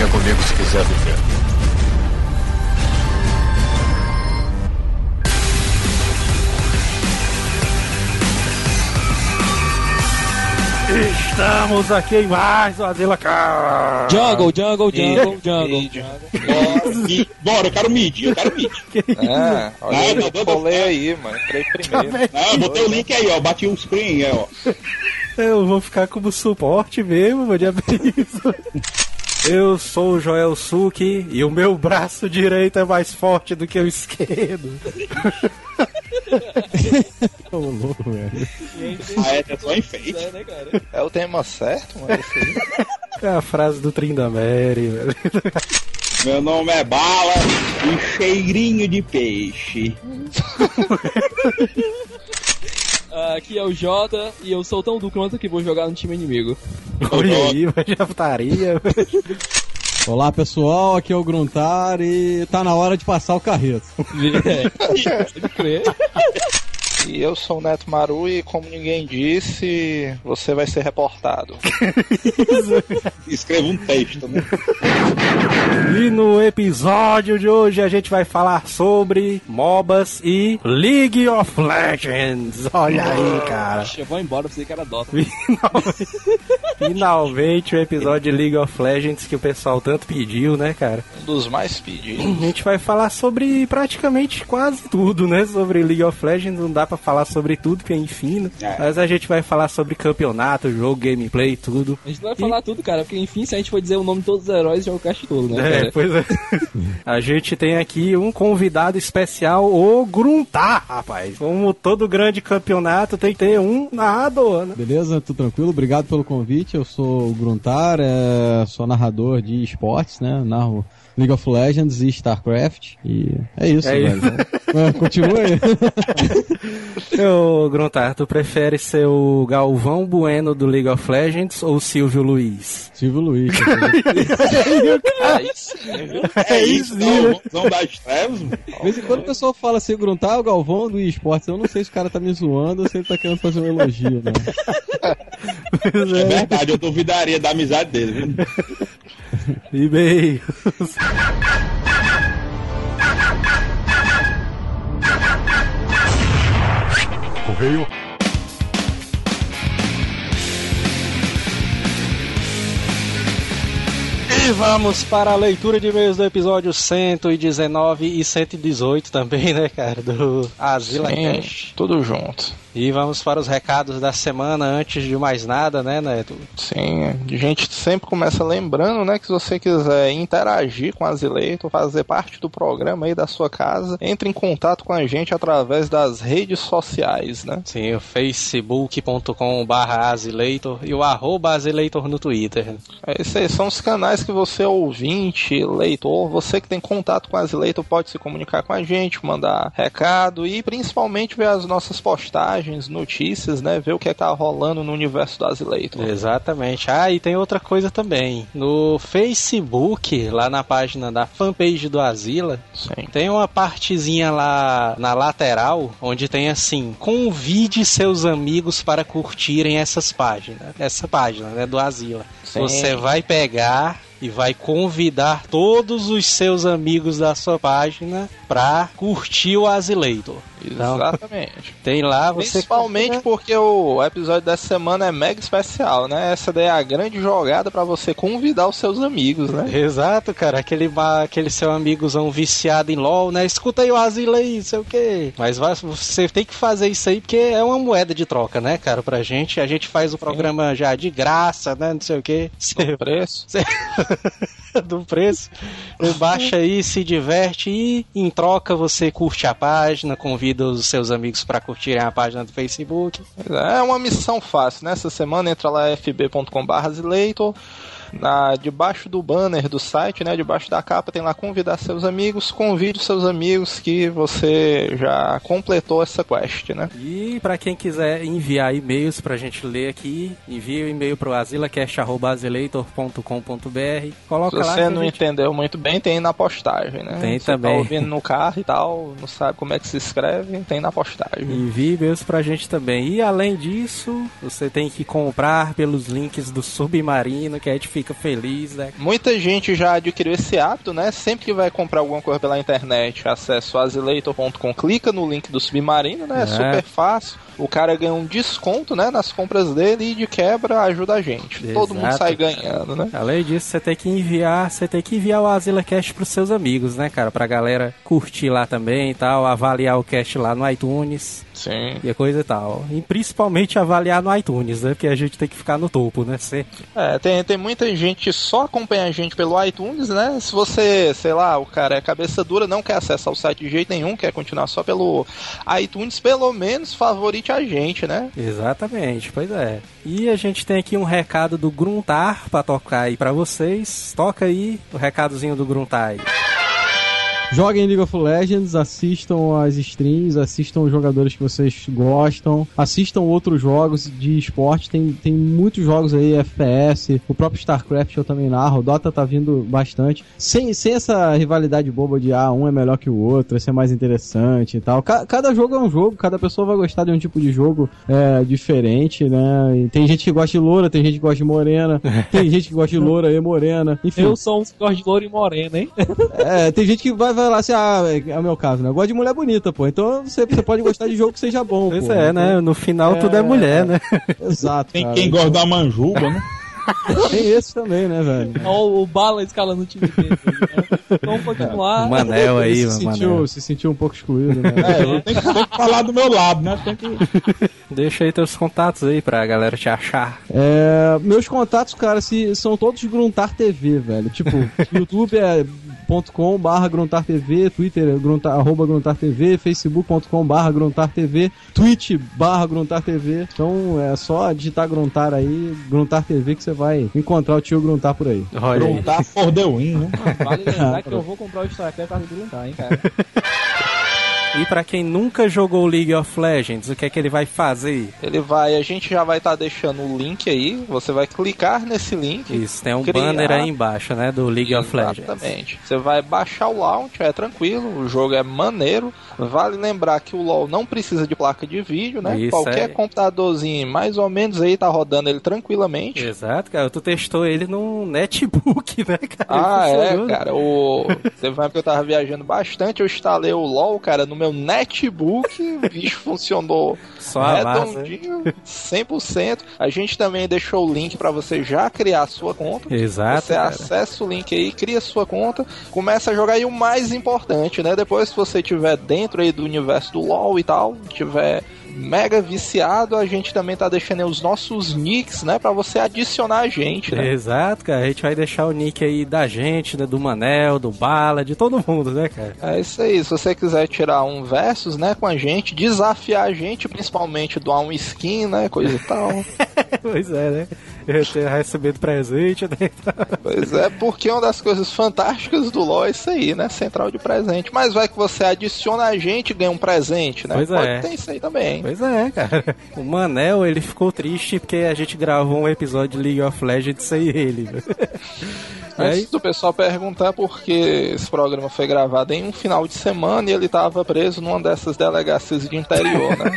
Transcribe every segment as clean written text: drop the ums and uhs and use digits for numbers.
comigo se quiser viver. Estamos aqui em mais uma Azila Car. Jungle. Bora, eu quero mid. Olha, eu falei aí, mano. Entrei primeiro. Eu botei o link aí, ó. Bati o screen aí, ó. Eu vou ficar como suporte mesmo, vou dizer isso. Eu sou o Joel Suki e o meu braço direito é mais forte do que o esquerdo. Ô, louco, velho. É só enfeite. É o tema certo, mano. É a frase do Trindamere, velho. Meu nome é Bala e cheirinho de peixe. Aqui é o Jota e eu sou tão do quanto que vou jogar no time inimigo. Olha aí, vai já putaria. Olá pessoal, aqui é o Gruntar e tá na hora de passar o carreto. E eu sou o Neto Maru e, como ninguém disse, você vai ser reportado. Escreva um texto, né? E no episódio de hoje a gente vai falar sobre MOBAs e League of Legends. Olha aí, cara. Eu vou embora, pensei que era Dota. Finalmente o episódio de League of Legends que o pessoal tanto pediu, né, cara? Um dos mais pedidos. A gente vai falar sobre praticamente quase tudo, né? Sobre League of Legends, não dá pra falar sobre tudo, porque enfim, né? Mas a gente vai falar sobre campeonato, jogo, gameplay, tudo. A gente não vai falar tudo, cara, porque enfim, se a gente for dizer o nome de todos os heróis, já é o cast todo, né, cara? Pois é. A gente tem aqui um convidado especial, o Gruntar, rapaz. Como todo grande campeonato, tem que ter um narrador, né? Beleza? Tudo tranquilo? Obrigado pelo convite. Eu sou o Gruntar, sou narrador de esportes, né? Narro League of Legends e StarCraft. E é isso, velho. Continua aí. Ô, Gruntar, tu prefere ser o Galvão Bueno do League of Legends ou o Silvio Luiz? Silvio Luiz. É isso, não dá estresse. De vez em quando o pessoal fala assim, Gruntar, o Galvão do esportes. Eu não sei se o cara tá me zoando ou se ele tá querendo fazer um elogio, né? É verdade, eu duvidaria da amizade dele, viu? E-mails. Correio. E vamos para a leitura de e-mails do episódio 119 e 118 também, né, cara? Do Azila Cash. Tudo junto. E vamos para os recados da semana, antes de mais nada, né, Neto? Sim, a gente sempre começa lembrando, né, que se você quiser interagir com a Azileitor, fazer parte do programa aí da sua casa, entre em contato com a gente através das redes sociais, né? Sim, o facebook.com/Azileitor e o @Azileitor no Twitter. Esses aí são os canais que você, ouvinte, leitor, você que tem contato com a Azileitor, pode se comunicar com a gente, mandar recado e principalmente ver as nossas postagens, notícias, né? Ver o que tá rolando no universo do Azileitor. Exatamente. Ah, e tem outra coisa também. No Facebook, lá na página da fanpage do Azila, sim, tem uma partezinha lá na lateral, onde tem assim, convide seus amigos para curtirem essa página, né, do Azila. Sim. Você vai pegar e vai convidar todos os seus amigos da sua página pra curtir o Azileitor. Exatamente. Tem lá, você... Principalmente porque o episódio dessa semana é mega especial, né? Essa daí é a grande jogada pra você convidar os seus amigos, né? Exato, cara. Aquele seu amigozão viciado em LOL, né? Escuta aí o Azila aí, não sei o quê. Mas você tem que fazer isso aí porque é uma moeda de troca, né, cara, pra gente. A gente faz o programa já de graça, né? Não sei o quê. Do preço. Do preço. Você baixa aí, se diverte e em troca você curte a página, convida os seus amigos para curtirem a página do Facebook. É uma missão fácil, né? Essa semana entra lá fb.com/Azileitor. Debaixo do banner do site, né, debaixo da capa, tem lá convidar seus amigos. Convide os seus amigos que você já completou essa quest, né? E para quem quiser enviar e-mails pra gente ler aqui, envia o e-mail pro azilacast@azileitor.com.br. Coloca lá. Se você não entendeu muito bem, tem na postagem, né? Tem você também. Tá ouvindo no carro e tal, não sabe como é que se escreve, tem na postagem. Envie e-mails pra gente também. E além disso, você tem que comprar pelos links do Submarino, que é difícil fica feliz, né? Muita gente já adquiriu esse hábito, né? Sempre que vai comprar alguma coisa pela internet, acessa o azileitor.com, clica no link do Submarino, né? É super fácil. O cara ganha um desconto, né, nas compras dele e de quebra ajuda a gente. Exato. Todo mundo sai ganhando, né? Além disso, você tem que enviar o AzilaCast pros seus amigos, né, cara? Pra galera curtir lá também e tal, avaliar o cast lá no iTunes. Sim. E a coisa e tal. E principalmente avaliar no iTunes, né? Porque a gente tem que ficar no topo, né? Sempre. Tem muita gente que só acompanha a gente pelo iTunes, né? Se você, sei lá, o cara é cabeça dura, não quer acessar o site de jeito nenhum, quer continuar só pelo iTunes, pelo menos favorite a gente, né? Exatamente, pois é. E a gente tem aqui um recado do Gruntar pra tocar aí pra vocês. Toca aí o recadozinho do Gruntar aí. Joguem League of Legends, assistam as streams, assistam os jogadores que vocês gostam, assistam outros jogos de esporte, tem muitos jogos aí, FPS, o próprio StarCraft eu também narro, o Dota tá vindo bastante, sem essa rivalidade boba de um é melhor que o outro, esse é mais interessante e tal. Cada jogo é um jogo, cada pessoa vai gostar de um tipo de jogo diferente, né? E tem gente que gosta de loura, tem gente que gosta de morena, tem gente que gosta de loura e morena, enfim. Eu sou um que gosta de loura e morena, hein? Tem gente que vai lá assim, é o meu caso, né? Eu gosto de mulher bonita, pô. Então você pode gostar de jogo que seja bom, pois pô. né? No final tudo é mulher, né? Exato. Tem quem gosta da manjuba, né? Tem esse também, né, velho? O Bala escalando o time dele. Né? Vamos continuar. O Manel aí, se sentiu um pouco excluído, né? Tem que falar do meu lado, né? Deixa aí teus contatos aí pra galera te achar. Meus contatos, cara, são todos Gruntar TV, velho. Tipo, YouTube é .com/GruntarTV, Twitter @GruntarTV, Facebook.com/GruntarTV, Twitch/GruntarTV. Então é só digitar Gruntar aí, Gruntar TV, que você vai encontrar o tio Gruntar por aí. Gruntar for the win, né? Vale lembrar que eu vou comprar o StarCraft por causa do Gruntar, hein, cara? E pra quem nunca jogou League of Legends, o que é que ele vai fazer? A gente já vai estar deixando o link aí, você vai clicar nesse link. Isso, tem um banner aí embaixo, né, do League of Legends. Exatamente. Você vai baixar o launch, é tranquilo, o jogo é maneiro. Vale lembrar que o LoL não precisa de placa de vídeo, né? Isso, qualquer computadorzinho, mais ou menos aí, tá rodando ele tranquilamente. Exato, cara. Tu testou ele num netbook, né, cara? Cara. Teve uma época que eu tava viajando bastante, eu instalei o LoL, cara, no meu netbook, o bicho funcionou só redondinho, 100%. A gente também deixou o link pra você já criar a sua conta. Exato, você acessa o link aí, cria a sua conta, começa a jogar, e o mais importante, né, depois que você estiver dentro aí do universo do LoL e tal, tiver mega viciado, a gente também tá deixando aí os nossos nicks, né, pra você adicionar a gente, né? Exato, cara, a gente vai deixar o nick aí da gente, né, do Manel, do Bala, de todo mundo, né, cara? É isso aí, se você quiser tirar um versus, né, com a gente, desafiar a gente, principalmente doar um skin, né, coisa e tal. Pois é, né? Eu ter recebido presente, né? Pois é, porque uma das coisas fantásticas do LoL é isso aí, né? Central de presente. Mas vai que você adiciona a gente e ganha um presente, né? Pois Pode ter isso aí também. Pois é, cara. O Manel, ele ficou triste porque a gente gravou um episódio de League of Legends sem ele. Antes do pessoal perguntar por que esse programa foi gravado em um final de semana e ele tava preso numa dessas delegacias de interior, né?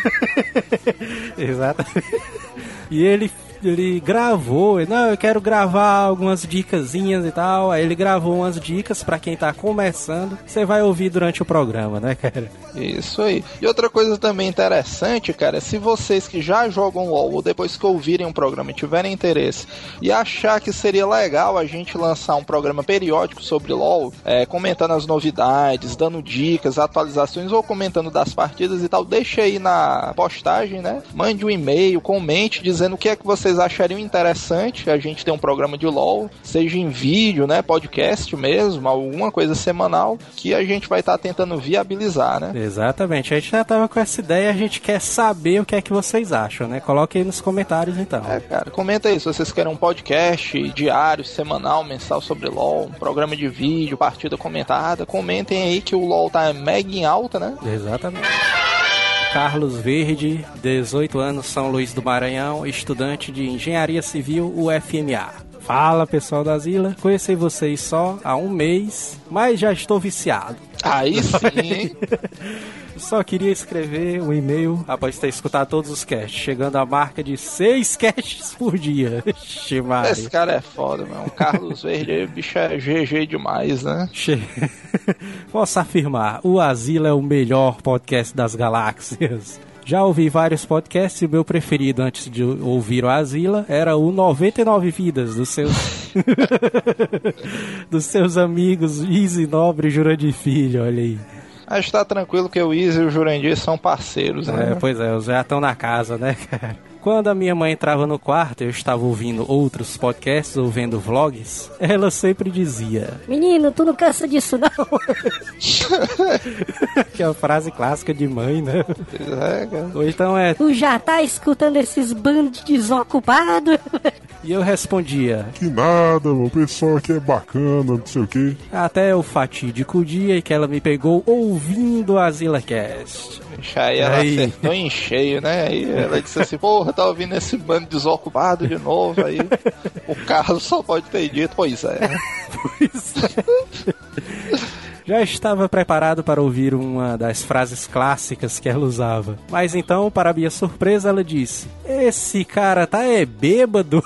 Exato. E ele gravou, eu quero gravar algumas dicasinhas e tal. Aí ele gravou umas dicas pra quem tá começando. Você vai ouvir durante o programa, né, cara? Isso aí. E outra coisa também interessante, cara, se vocês que já jogam LoL ou depois que ouvirem um programa e tiverem interesse e achar que seria legal a gente lançar um programa periódico sobre LoL, comentando as novidades, dando dicas, atualizações ou comentando das partidas e tal, deixa aí na postagem, né? Mande um e-mail, comente dizendo o que é que vocês achariam interessante a gente ter um programa de LoL, seja em vídeo, né, podcast mesmo, alguma coisa semanal, que a gente vai estar tentando viabilizar, né? Exatamente, a gente já tava com essa ideia, a gente quer saber o que é que vocês acham, né? Coloque aí nos comentários então. Cara, comenta aí se vocês querem um podcast diário, semanal, mensal sobre LoL, um programa de vídeo, partida comentada, comentem aí que o LoL tá mega em alta, né? Exatamente. Carlos Verde, 18 anos, São Luís do Maranhão, estudante de Engenharia Civil, UFMA. Fala, pessoal da Zila, conheci vocês só há um mês, mas já estou viciado. Aí sim. Só queria escrever um e-mail após ter escutado todos os casts, chegando à marca de 6 casts por dia. Esse cara é foda, mano. O Carlos Verde, bicho, é GG demais, né? Posso afirmar, o Asila é o melhor podcast das galáxias. Já ouvi vários podcasts e o meu preferido antes de ouvir o Asila era o 99 Vidas dos seus dos seus amigos Easy Nobre e Jurandir Filho, olha aí. Mas tá tranquilo que o Easy e o Jurandir são parceiros, né? Pois é, os já estão na casa, né, cara? Quando a minha mãe entrava no quarto e eu estava ouvindo outros podcasts ou vendo vlogs, ela sempre dizia: menino, tu não cansa disso não? Que é a frase clássica de mãe, né? É, cara. Ou então é: tu já tá escutando esses bandos de desocupados? E eu respondia: que nada, o pessoal aqui é bacana, não sei o que. Até o fatídico dia em que ela me pegou ouvindo a ZillaCast. Aí ela acertou em cheio, né? Aí ela disse assim: porra, tá ouvindo esse bando desocupado de novo? Aí o Carlos só pode ter dito: pois é. Pois é. Já estava preparado para ouvir uma das frases clássicas que ela usava. Mas então, para minha surpresa, ela disse: esse cara tá bêbado.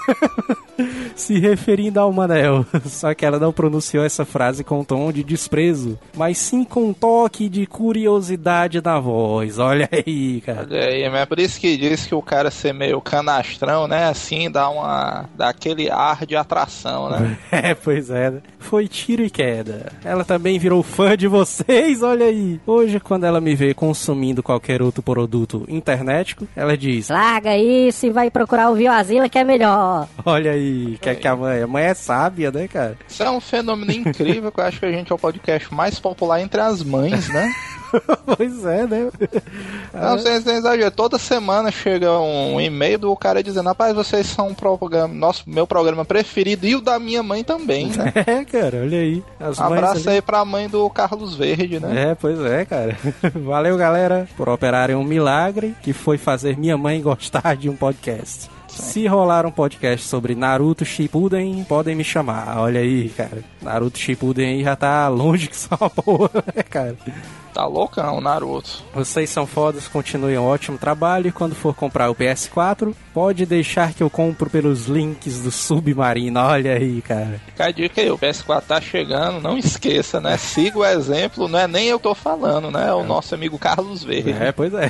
Se referindo ao Manel. Só que ela não pronunciou essa frase com tom de desprezo, mas sim com um toque de curiosidade na voz. Olha aí, cara. Olha aí, mas é por isso que diz que o cara ser meio canastrão, né? Assim, dá aquele ar de atração, né? Pois é. Foi tiro e queda. Ela também virou fã de vocês, olha aí. Hoje, quando ela me vê consumindo qualquer outro produto internetico, ela diz: larga isso e vai procurar ouvir o Asila que é melhor. Olha aí, que a mãe é sábia, né, cara? Isso é um fenômeno incrível, que eu acho que a gente é o podcast mais popular entre as mães, né? Pois é, né? Não, sem exagero. Toda semana chega um e-mail do cara dizendo: rapaz, vocês são meu programa preferido e o da minha mãe também, né? É, cara, olha aí. Abraço aí pra mãe do Carlos Verde, né? Pois é, cara. Valeu, galera, por operarem um milagre que foi fazer minha mãe gostar de um podcast. Se rolar um podcast sobre Naruto Shippuden, podem me chamar. Olha aí, cara. Naruto Shippuden aí já tá longe que só uma porra, né, cara? Tá loucão, Naruto. Vocês são fodas, continuem um ótimo trabalho. E quando for comprar o PS4, pode deixar que eu compro pelos links do Submarino. Olha aí, cara. Fica a dica aí, o PS4 tá chegando, não esqueça, né? Siga o exemplo, não é nem eu que tô falando, né? É o nosso amigo Carlos Verde. Pois é.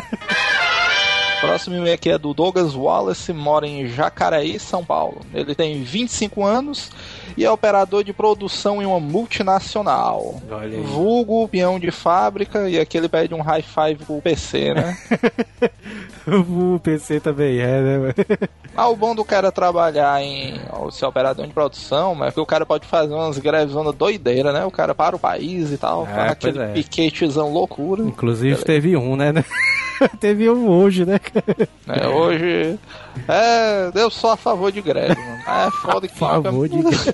Próximo e-mail aqui é do Douglas Wallace, mora em Jacareí, São Paulo. Ele tem 25 anos e é operador de produção em uma multinacional. Vulgo, peão de fábrica, e aqui ele pede um high five pro PC, né? O PC também né? Ah, o bom do cara trabalhar ser operador de produção, mas que o cara pode fazer umas greves doideira, né? O cara para o país e tal, faz aquele piquetezão loucura. Inclusive teve um, né? Teve um hoje, né? Hoje eu sou a favor de greve, mano. É foda que favor de greve.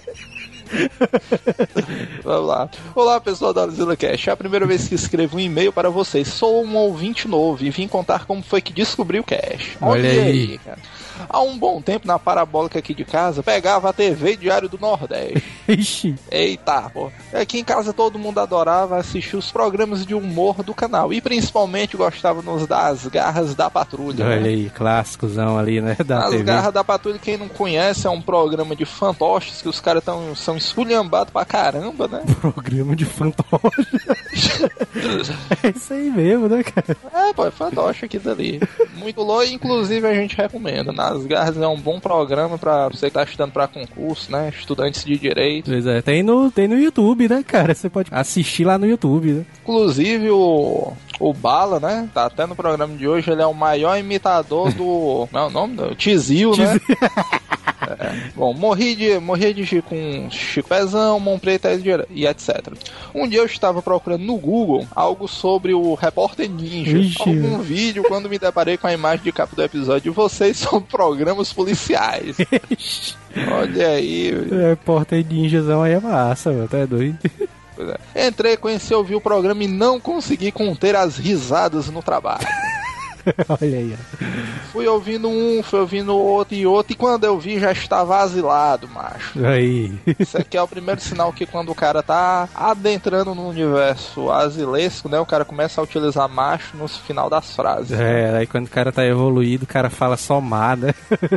Vamos lá. Olá, pessoal da ZillaCast. É a primeira vez que escrevo um e-mail para vocês. Sou um ouvinte novo e vim contar como foi que descobri o Cast. Olha aí, cara. Há um bom tempo, na parabólica aqui de casa, pegava a TV Diário do Nordeste. Ixi. Eita, pô. Aqui em casa todo mundo adorava assistir os programas de humor do canal. E principalmente gostávamos das Garras da Patrulha. Olha aí, clássicozão ali, né? As Garras da Patrulha, quem não conhece, é um programa de fantoches que os caras são esculhambados pra caramba, né? Programa de fantoches. É isso aí mesmo, né, cara? Pô, é fantoche aqui dali. Muito louco, inclusive a gente recomenda. Nas Garras é um bom programa pra você que tá estudando pra concurso, né? Estudantes de direito. Pois é, tem no YouTube, né, cara? Você pode assistir lá no YouTube, né? Inclusive o Bala, né? Tá até no programa de hoje, ele é o maior imitador do... Não é o nome? Do Tizil, né? Bom, morri de com Chico Pezão, Mão Preta e etc. Um dia eu estava procurando no Google algo sobre o Repórter Ninja. Algum vídeo, quando me deparei com a imagem de capa do episódio de vocês sobre programas policiais. Olha aí. Repórter Ninjazão aí é massa, mano. Tá doido. Entrei, conheci, ouvi o programa e não consegui conter as risadas no trabalho. Olha aí, ó. Fui ouvindo um, fui ouvindo outro, e quando eu vi já estava asilado, macho. Aí. Isso aqui é o primeiro sinal que quando o cara tá adentrando no universo asilesco, né, o cara começa a utilizar macho no final das frases. Aí quando o cara tá evoluído, o cara fala só má, né?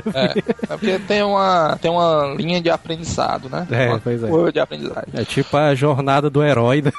É porque tem uma linha de aprendizado, né? Pois é. Curva de aprendizagem. É tipo a jornada do herói, né?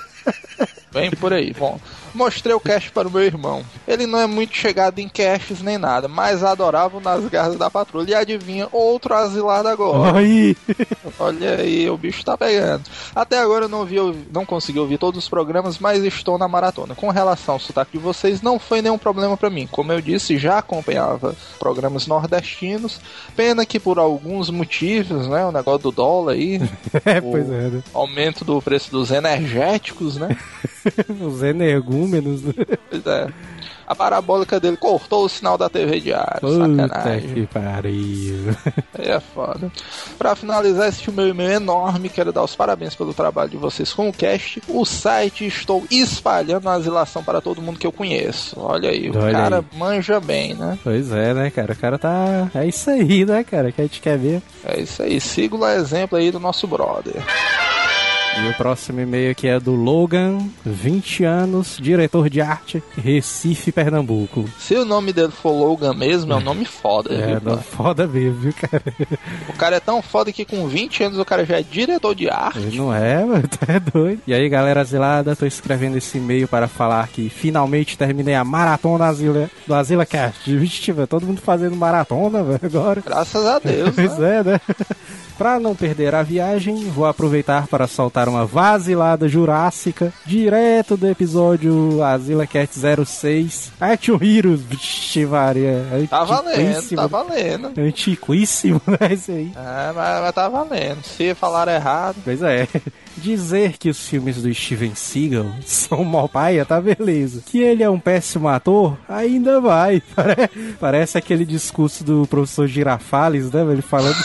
Bem por aí. Bom, mostrei o cast para o meu irmão. Ele não é muito chegado em casts nem nada, mas adorava o Nas Garras da Patrulha. E adivinha, outro asilado agora. Aí. Olha aí, o bicho tá pegando. Até agora eu não consegui ouvir todos os programas, mas estou na maratona. Com relação ao sotaque de vocês, não foi nenhum problema para mim. Como eu disse, já acompanhava programas nordestinos. Pena que por alguns motivos, né, o negócio do dólar aí, pois é, né? aumento do preço dos energéticos, né? Os energúmenos. Pois é. A parabólica dele cortou o sinal da TV diário. Sacanagem. Que pariu. Aí é foda. Pra finalizar esse meu e-mail enorme, quero dar os parabéns pelo trabalho de vocês com o cast. O site estou espalhando a asilação para todo mundo que eu conheço. Olha aí, o cara manja bem, né? Pois é, né, cara? O cara tá... É isso aí, né, cara? Que a gente quer ver. É isso aí. Siga o exemplo aí do nosso brother. E o próximo e-mail aqui é do Logan, 20 anos, diretor de arte, Recife, Pernambuco. Se o nome dele for Logan mesmo, é um nome foda, viu? Nome foda mesmo, viu, cara? O cara é tão foda que com 20 anos o cara já é diretor de arte. Ele não é, mano, tá doido. E aí, galera asilada, tô escrevendo esse e-mail para falar que finalmente terminei a maratona do AsilaCast. Vixe, velho, todo mundo fazendo maratona, velho, agora. Graças a Deus, Pois é, né? Pra não perder a viagem, vou aproveitar para soltar uma vacilada jurássica direto do episódio AsilaCast 06 Action Heroes. Vixe, Maria. Tá valendo. Antiquíssimo, né? Isso aí. Mas tá valendo. Se falar errado. Pois é. Dizer que os filmes do Steven Seagal são mó paia, tá beleza. Que ele é um péssimo ator, ainda vai. Parece aquele discurso do professor Girafales, né? Ele falando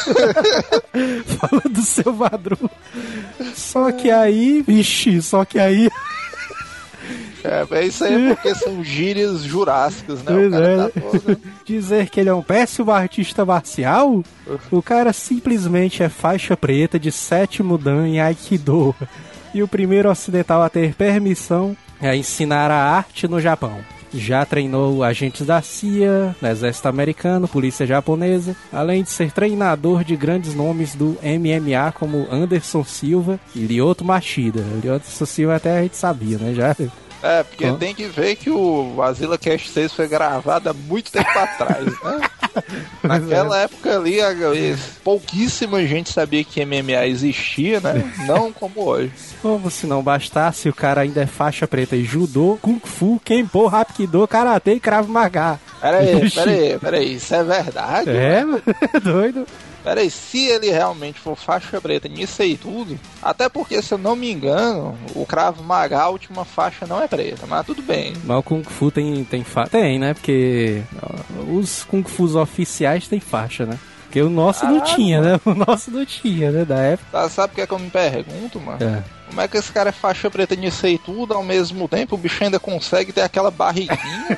do seu Madruga. Só que aí... É isso aí, porque são gírias jurássicas, né? Pois o cara tá todo... Dizer que ele é um péssimo artista marcial? O cara simplesmente é faixa preta de 7º Dan em Aikido. E o primeiro ocidental a ter permissão a ensinar a arte no Japão. Já treinou agentes da CIA, do Exército Americano, Polícia Japonesa, além de ser treinador de grandes nomes do MMA como Anderson Silva e Lyoto Machida. Lyoto Silva até a gente sabia, né? Já... É, porque tem que ver que o AsilaCast 6 foi gravado há muito tempo atrás, né? Naquela época ali, pouquíssima gente sabia que MMA existia, né? Não como hoje. Como se não bastasse, o cara ainda é faixa preta em judô, kung fu, kenpo, hapkido, karatê e krav maga. Peraí, isso é verdade? É, doido. Peraí, se ele realmente for faixa preta nisso aí tudo, até porque, se eu não me engano, o Krav Maga, a última faixa não é preta, mas tudo bem. Mas o Kung Fu tem, né? Porque os Kung Fus oficiais tem faixa, né? Porque o nosso não tinha, né? O nosso não tinha, né? Da época. Sabe o que é que eu me pergunto, mano? Como é que esse cara é faixa preta nisso aí tudo, ao mesmo tempo o bicho ainda consegue ter aquela barriguinha?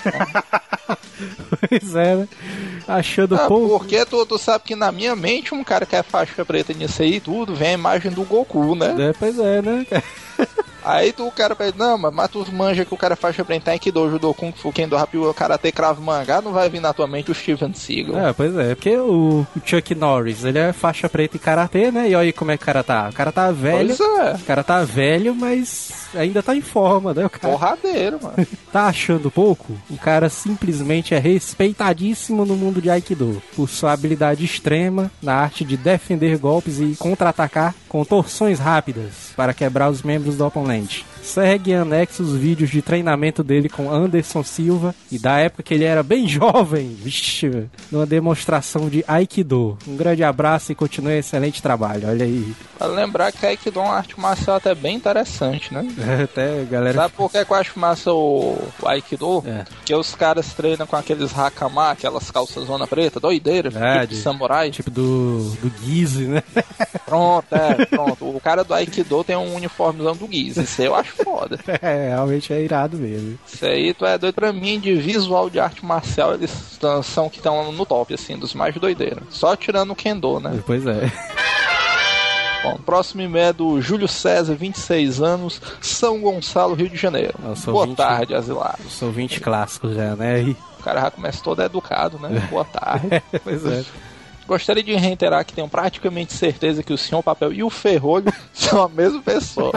Pois é, né? Achando pouco. Porque tu sabe que na minha mente um cara que é faixa preta nisso aí tudo, vem a imagem do Goku, né? Pois é, né? Aí o cara pede, não, mas tu manja que o cara faixa preta em Aikido, Judô, Kung Fu, Kendo, Rapio, Karate, Krav Maga, não vai vir na tua mente o Steven Seagal. Pois é, porque o Chuck Norris, ele é faixa preta em Karate, né? E olha aí como é que o cara tá. O cara tá velho. Pois é. O cara tá velho, mas ainda tá em forma, né? O cara porradeiro, mano. Tá achando pouco? O cara simplesmente é respeitadíssimo no mundo de Aikido por sua habilidade extrema na arte de defender golpes e contra-atacar com torções rápidas para quebrar os membros do oponente. Segue em anexo os vídeos de treinamento dele com Anderson Silva e da época que ele era bem jovem, vixe, numa demonstração de Aikido. Um grande abraço e continue excelente trabalho, olha aí. Vale lembrar que Aikido é uma arte marcial até bem interessante, né? Até, galera... Sabe por que eu acho massa o Aikido? Porque os caras treinam com aqueles hakama, aquelas calças zona preta, doideira, tipo de samurai. Tipo do Gize, né? Pronto. cara do Aikido tem um uniformezão do Geese. Isso aí eu acho foda. Realmente é irado mesmo. Isso aí, tu é doido. Pra mim, de visual de arte marcial, eles são que estão no top, assim, dos mais doideiros. Só tirando o Kendo, né? Pois é. Bom, o próximo e-mail é do Júlio César, 26 anos, São Gonçalo, Rio de Janeiro. Boa tarde, asilados. Eu sou 20 clássicos já, né? O cara já começa todo educado, né? Boa tarde. Pois é. Gostaria de reiterar que tenho praticamente certeza que o Senhor Papel e o Ferrolho são a mesma pessoa.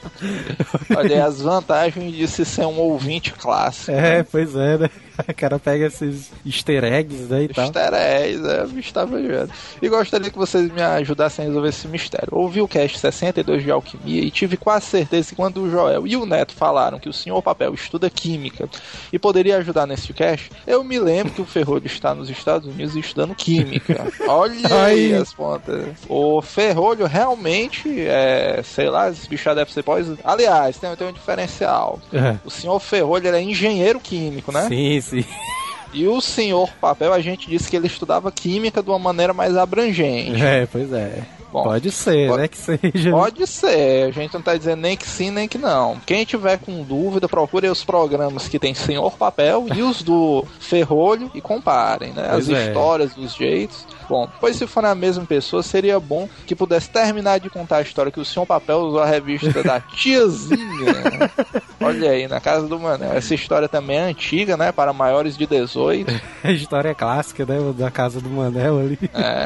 Olha aí as vantagens de se ser um ouvinte clássico. Pois é, né? O cara pega esses easter eggs, né, e tal. Easter eggs, o bicho tá vendo. E gostaria que vocês me ajudassem a resolver esse mistério. Ouvi o cast 62 de Alquimia e tive quase certeza que quando o Joel e o Neto falaram que o Senhor Papel estuda Química e poderia ajudar nesse cast, eu me lembro que o Ferrolho está nos Estados Unidos estudando Química. Olha aí as pontas. O Ferrolho realmente, sei lá, esse bicho já deve ser pós... Aliás, tem um diferencial. O Senhor Ferrolho, ele é engenheiro químico, né? Sim. E o Senhor Papel, a gente disse que ele estudava química de uma maneira mais abrangente. Pois é. Bom, pode ser, né, que seja. Pode ser, a gente não tá dizendo nem que sim, nem que não. Quem tiver com dúvida, procure os programas que tem Senhor Papel e os do Ferrolho e comparem, né? As histórias, os jeitos. Bom, pois se for a mesma pessoa, seria bom que pudesse terminar de contar a história que o Senhor Papel usou a revista da tiazinha. Olha aí, na casa do Manel. Essa história também é antiga, né? Para maiores de 18. A história é clássica, né? Da casa do Manel ali.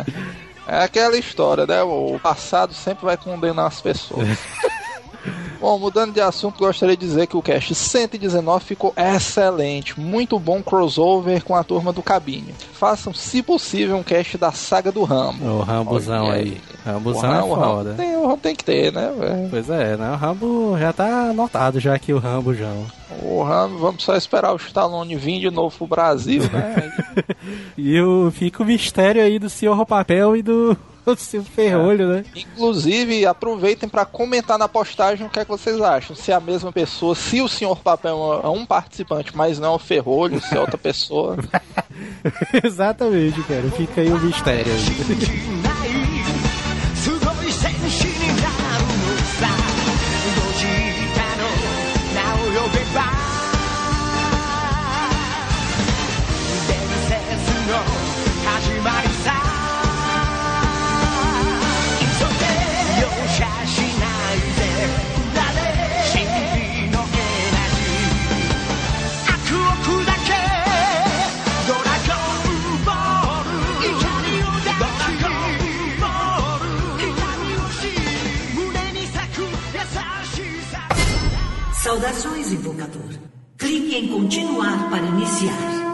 É aquela história, né? O passado sempre vai condenar as pessoas. Bom, mudando de assunto, gostaria de dizer que o cast 119 ficou excelente. Muito bom crossover com a turma do Cabine. Façam, se possível, um cast da saga do Rambo. O Rambozão aí. Rambozão é foda. O Rambo tem que ter, né? Pois é, né? O Rambo já tá anotado já aqui, o Rambozão. O Rambo, vamos só esperar o Stallone vir de novo pro Brasil, né? E fica o mistério aí do Senhor Papel e do seu Ferrolho, né? Inclusive, aproveitem para comentar na postagem o que é que vocês acham. Se é a mesma pessoa, se o Senhor Papel é um participante, mas não é o Ferrolho, se é outra pessoa. Exatamente, cara. Fica aí o mistério aí. Saudações, invocador. Clique em continuar para iniciar.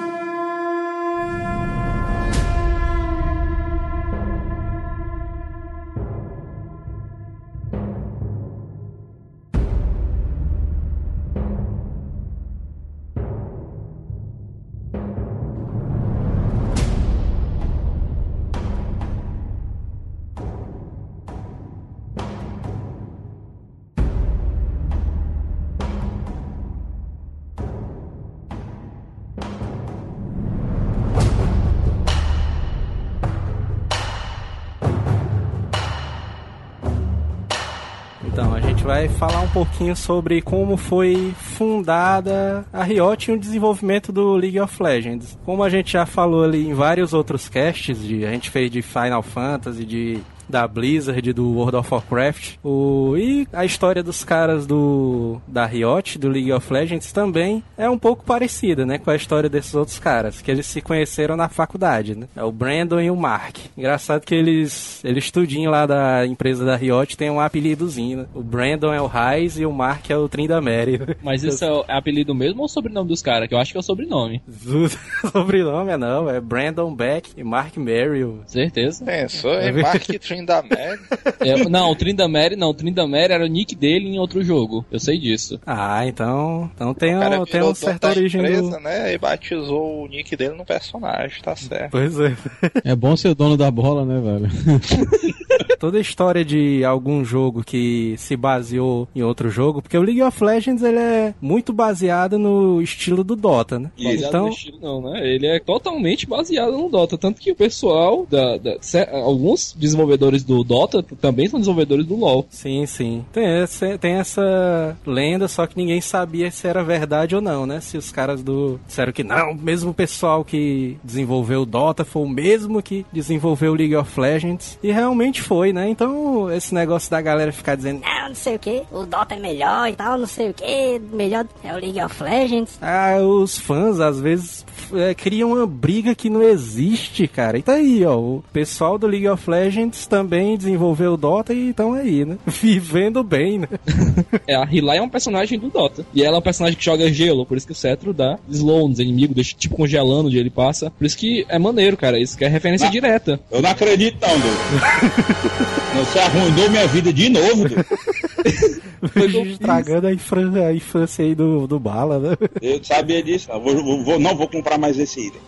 Então, a gente vai falar um pouquinho sobre como foi fundada a Riot e o desenvolvimento do League of Legends. Como a gente já falou ali em vários outros casts, a gente fez de Final Fantasy, da Blizzard, do World of Warcraft, e a história dos caras da Riot, do League of Legends, também é um pouco parecida, né, com a história desses outros caras, que eles se conheceram na faculdade, né? É o Brandon e o Mark. Engraçado que eles tudinho lá da empresa da Riot tem um apelidozinho, né? O Brandon é o Raiz e o Mark é o Tryndamere. Mas isso é apelido mesmo ou sobrenome dos caras? Que eu acho que é o sobrenome. Sobrenome não, é Brandon Beck e Mark Merrill. Certeza. Pensou em Mark Tryndamere? Não, o Tryndamere não. O Tryndamere era o nick dele em outro jogo. Eu sei disso. Ah, então tem uma certa origem empresa, né? E batizou o nick dele no personagem, tá certo. Pois é. É bom ser o dono da bola, né, velho? Toda a história de algum jogo que se baseou em outro jogo, porque o League of Legends ele é muito baseado no estilo do Dota, né? Baseado no estilo não, né? Ele é totalmente baseado no Dota, tanto que o pessoal alguns desenvolvedores do Dota também são desenvolvedores do LoL. Sim. Tem essa lenda, só que ninguém sabia se era verdade ou não, né? Se os caras disseram que não, mesmo o pessoal que desenvolveu o Dota foi o mesmo que desenvolveu o League of Legends, e realmente foi, né? Então, esse negócio da galera ficar dizendo não sei o que, o Dota é melhor e tal, não sei o que, melhor é o League of Legends. Os fãs, às vezes, criam uma briga que não existe, cara. E tá aí, ó, o pessoal do League of Legends também desenvolveu o Dota e estão aí, né? Vivendo bem, né? A Hylia é um personagem do Dota. E ela é um personagem que joga gelo, por isso que o cetro dá slow nos inimigos, deixa tipo congelando onde ele passa. Por isso que é maneiro, cara. Isso que é referência direta. Eu não acredito não, Dudu. Você arruinou minha vida de novo, Dudu. Estragando a infância aí do Bala, né? Eu sabia disso, não vou comprar mais esse item.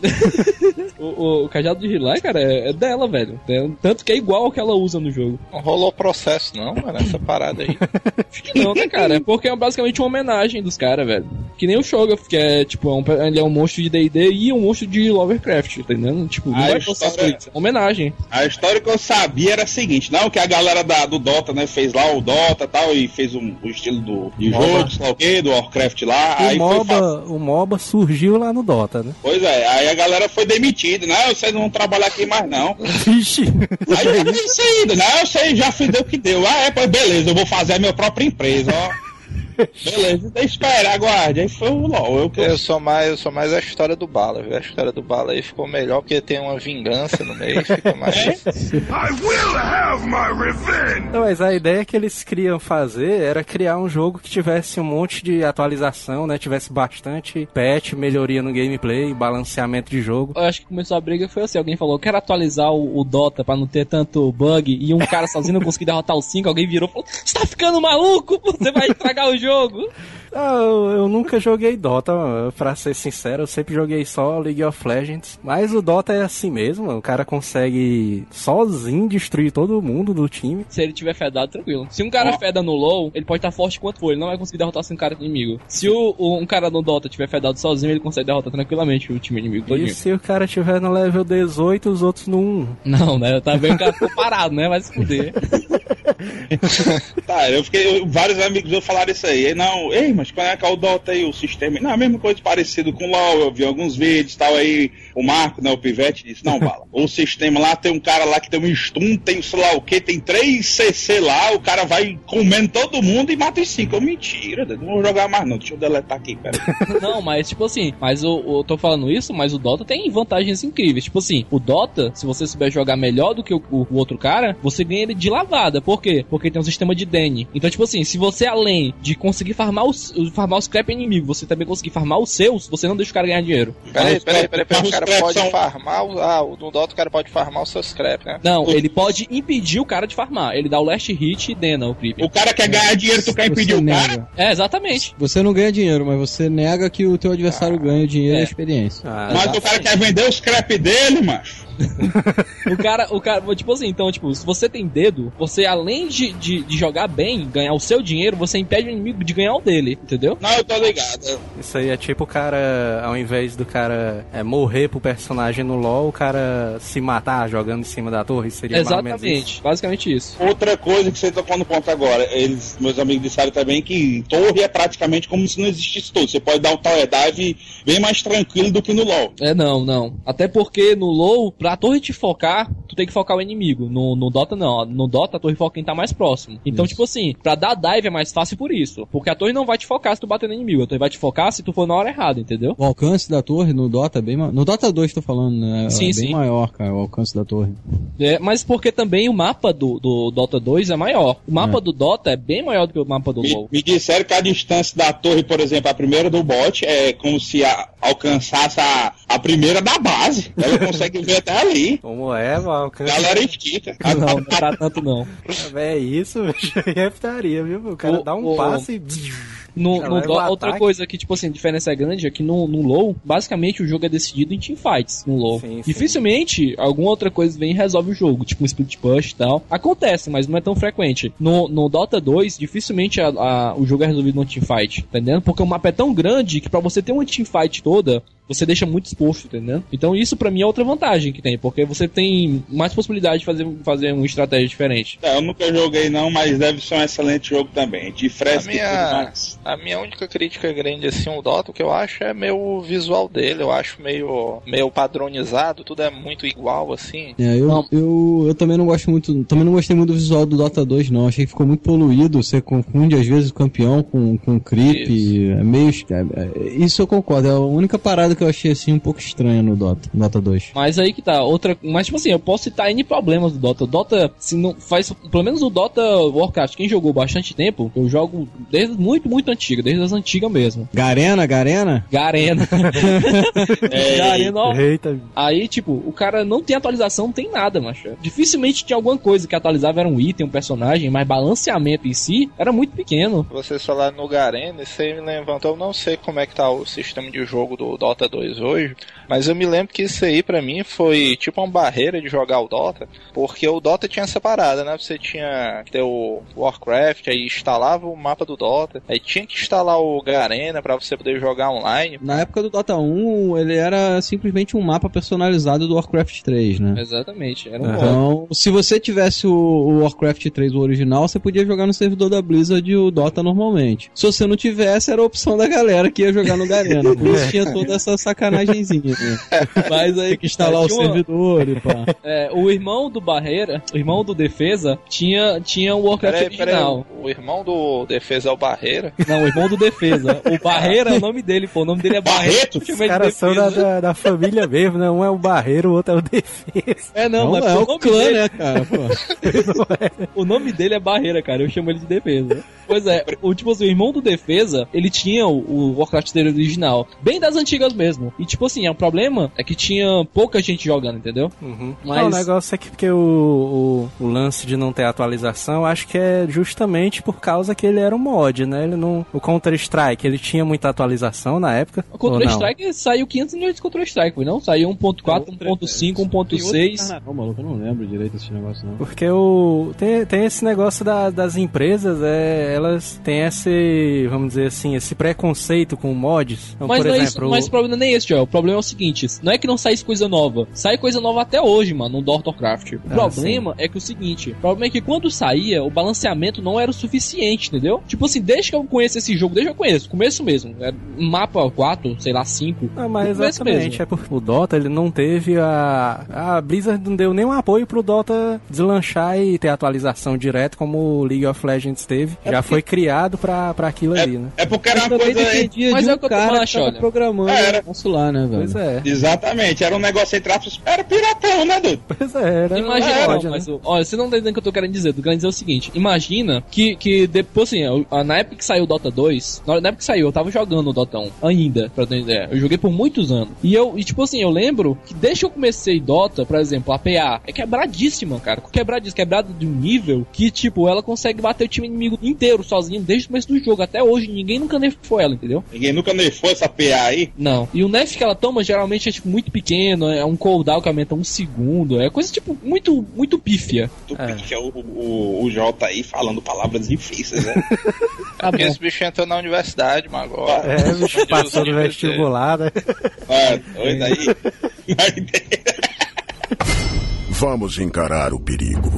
o cajado de Hylia, cara, é dela, velho. Tanto que é igual ao que ela usa no jogo. Não rolou processo não, mano, essa parada aí. Acho que não, né, cara? É porque é basicamente uma homenagem dos caras, velho. Que nem o Shogun, que é, tipo, ele é um monstro de D&D e um monstro de Lovecraft, tá entendendo? Tipo, não vai postar as coisas, é homenagem. A história que eu sabia era a seguinte, não, que a galera do Dota, né, fez lá o Dota e tal, e fez o estilo de jogo, sei lá o quê, do Warcraft lá. O MOBA surgiu lá no Dota, né? Pois é, aí a galera foi demitida, né? Vocês não vão trabalhar aqui mais não. Vixe! Aí já deu isso ainda, né? Eu sei, já fiz o que deu. Pois beleza, eu vou fazer a minha própria empresa, ó. Beleza, espera, aguarde. Aí foi o LOL. Eu sou mais a história do Bala, viu? A história do Bala aí ficou melhor porque tem uma vingança no meio, fica mais. I will have my revenge! Não, mas a ideia que eles queriam fazer era criar um jogo que tivesse um monte de atualização, né? Tivesse bastante patch, melhoria no gameplay, balanceamento de jogo. Eu acho que começou a briga foi assim, alguém falou, quero atualizar o Dota pra não ter tanto bug, e um cara sozinho não conseguiu derrotar os 5, alguém virou e falou, você tá ficando maluco? Você vai estragar o jogo. Eu nunca joguei Dota, pra ser sincero, eu sempre joguei só League of Legends, mas o Dota é assim mesmo, o cara consegue sozinho destruir todo mundo do time. Se ele tiver fedado, tranquilo. Se um cara feda no LoL, ele pode estar forte quanto for, ele não vai conseguir derrotar 5 caras inimigo. Se um cara no Dota tiver fedado sozinho, ele consegue derrotar tranquilamente o time inimigo todinho. E se o cara tiver no level 18, os outros no 1? Não, né? Tá vendo que o cara ficou parado, né? Vai se fuder. Tá, vários amigos meus falaram isso aí. Não, mas qual é que é o Dota aí, o sistema? Não, a mesma coisa parecido com o LoL, eu vi alguns vídeos e tal aí, o Marco, né, o Pivete disse, não, Bala, o sistema lá tem um cara lá que tem um stun, tem sei lá o que, tem 3 CC lá, o cara vai comendo todo mundo e mata os 5. Mentira, não vou jogar mais não, deixa eu deletar aqui, pera. Não, mas tipo assim, eu tô falando isso, mas o Dota tem vantagens incríveis, tipo assim, o Dota, se você souber jogar melhor do que o outro cara, você ganha ele de lavada, por quê? Porque tem um sistema de Dene, então tipo assim, se você além de conseguir farmar os scrap inimigo, você também conseguir farmar os seus, você não deixa o cara ganhar dinheiro. Peraí, o cara pode farmar, no Dota o cara pode farmar o seu scrap, né? Não, ele pode impedir o cara de farmar, ele dá o last hit e dena o creep. O cara quer ganhar dinheiro, tu quer impedir o cara? É, exatamente. Você não ganha dinheiro, mas você nega que o teu adversário ganha o dinheiro e a experiência. Mas exatamente. O cara quer vender o scrap dele, macho. o cara, tipo assim, então, tipo, se você tem dedo, você além de jogar bem, ganhar o seu dinheiro, você impede o inimigo de ganhar o dele, entendeu? Não, eu tô ligado. Isso aí é tipo o cara, ao invés do cara morrer pro personagem no LoL, o cara se matar jogando em cima da torre, seria exatamente, basicamente isso. Outra coisa que você tocou no ponto agora, meus amigos disseram também que torre é praticamente como se não existisse torre. Você pode dar um tower dive bem mais tranquilo do que no LoL. Não. Até porque no LoL, pra torre te focar, tu tem que focar o inimigo. No Dota não. No Dota a torre foca quem tá mais próximo. Então, tipo assim, pra dar dive é mais fácil por isso. Porque a torre não vai te focar se tu bater no inimigo. A torre vai te focar se tu for na hora errada, entendeu? O alcance da torre no Dota é bem maior. No Dota 2 tô falando, né? Sim, bem maior, cara, o alcance da torre. Mas porque também o mapa do Dota 2 é maior. O mapa do Dota é bem maior do que o mapa do LoL. Me disseram que a distância da torre, por exemplo, a primeira do bot, é como se alcançasse a primeira da base. Ela consegue ver até ali. Como é, mano? Galera estica. Não tá tanto não. É isso, bicho. É putaria, viu? O cara dá um passe e... Outra coisa que, tipo assim, a diferença é grande é que no LoL, basicamente o jogo é decidido em teamfights no LoL. Sim. Dificilmente alguma outra coisa vem e resolve o jogo, tipo um split push e tal. Acontece, mas não é tão frequente. No Dota 2, dificilmente o jogo é resolvido no teamfight, entendendo? Porque o mapa é tão grande que pra você ter uma teamfight toda, você deixa muito exposto, entendeu? Então isso pra mim é outra vantagem que tem, porque você tem mais possibilidade de fazer uma estratégia diferente. Eu nunca joguei não, mas deve ser um excelente jogo também. De fresca e tudo mais. A minha única crítica grande assim ao Dota, o que eu acho é meio o visual dele, eu acho meio padronizado, tudo é muito igual assim. Eu também não gosto muito, também não gostei muito do visual do Dota 2 não, achei que ficou muito poluído, você confunde às vezes o campeão com creep, é meio... Isso eu concordo, é a única parada que eu achei assim um pouco estranha no Dota 2. Mas aí que tá, mas tipo assim, eu posso citar N problemas do Dota. O Dota, se não faz, pelo menos o Dota Warcraft, quem jogou bastante tempo, eu jogo desde muito antiga, desde as antigas mesmo. Garena? Garena, ó. Eita. Aí, tipo, o cara não tem atualização, não tem nada, macho. Dificilmente tinha alguma coisa que atualizava, era um item, um personagem, mas balanceamento em si era muito pequeno. Vocês falaram no Garena, isso aí me levantou, eu não sei como é que tá o sistema de jogo do Dota 2 hoje, mas eu me lembro que isso aí pra mim foi tipo uma barreira de jogar o Dota, porque o Dota tinha essa parada, né? Você tinha que ter o Warcraft, aí instalava o mapa do Dota, aí tinha que instalar o Garena pra você poder jogar online. Na época do Dota 1, ele era simplesmente um mapa personalizado do Warcraft 3, né? Exatamente, era um Então, se você tivesse o Warcraft 3, o original, você podia jogar no servidor da Blizzard o Dota normalmente. Se você não tivesse, era a opção da galera que ia jogar no Garena. Por isso tinha toda essa sacanagemzinha, né? Mas aí que instalar o servidor e pá. O irmão do Barreira, o irmão do Defesa, tinha o Warcraft original. O irmão do Defesa é o Barreira? Não, o irmão do Defesa. O Barreira é o nome dele, pô. O nome dele é Barreto. Os caras são da família mesmo, né? Um é o Barreiro, o outro é o Defesa. Mas é o clã, dele, né, cara? Pô. O nome dele é Barreira, cara. Eu chamo ele de Defesa. Pois é, tipo assim, o irmão do Defesa, ele tinha o Warcraft dele original. Bem das antigas mesmo. E tipo assim, o problema é que tinha pouca gente jogando, entendeu? Uhum. Mas... Não, o negócio é que porque o lance de não ter atualização, eu acho que é justamente por causa que ele era um mod, né? Ele não... O Counter-Strike, ele tinha muita atualização na época? O Counter-Strike saiu 500 milhões de Counter-Strike, não? Saiu 1.4, 1.5, 1.6. Não, maluco, eu não lembro direito desse negócio, não. Porque tem esse negócio das empresas, elas têm esse, vamos dizer assim, esse preconceito com mods. Então, mas, por exemplo, mas o problema não é esse, Joel. O problema é o seguinte, não é que não sai coisa nova. Sai coisa nova até hoje, mano, no World of Warcraft. O problema é que o seguinte, o problema é que quando saía, o balanceamento não era o suficiente, entendeu? Tipo assim, desde que eu conheço esse jogo, desde que eu conheço, começo mesmo. É mapa 4, sei lá, 5. Não, mas exatamente, é porque o Dota, ele não teve a Blizzard não deu nenhum apoio pro Dota deslanchar e ter atualização direto como o League of Legends teve. Já foi criado pra aquilo ali, né? É porque era uma coisa... Mas é o que eu tô falando, programando nosso lá, né, velho? Pois é. Exatamente, era um negócio entre aspas, era piratão, né, doido? Pois é, era. Imagina, mas, olha, você não tá entendendo o que eu tô querendo dizer. Eu tô querendo dizer o seguinte, imagina que depois, assim, na época que saiu o Dota 2, na época que saiu, eu tava jogando o Dota 1 ainda, pra ter uma ideia. Eu joguei por muitos anos. E tipo assim, eu lembro que desde que eu comecei Dota, por exemplo, a PA é quebradíssima, cara. Quebrada de um nível que, tipo, ela consegue bater o time inimigo inteiro sozinho desde o começo do jogo. Até hoje, ninguém nunca nerfou ela, entendeu? Ninguém nunca nerfou essa PA aí? Não. E o nerf que ela toma geralmente é, tipo, muito pequeno, é um cooldown que aumenta 1 segundo, é coisa, tipo, muito pífia. Pífia, o Jota aí falando palavras difíceis, né? Porque esse bicho entrou na universidade, mas agora... o bicho passou no vestibular, né? Doido aí. Vamos encarar o perigo.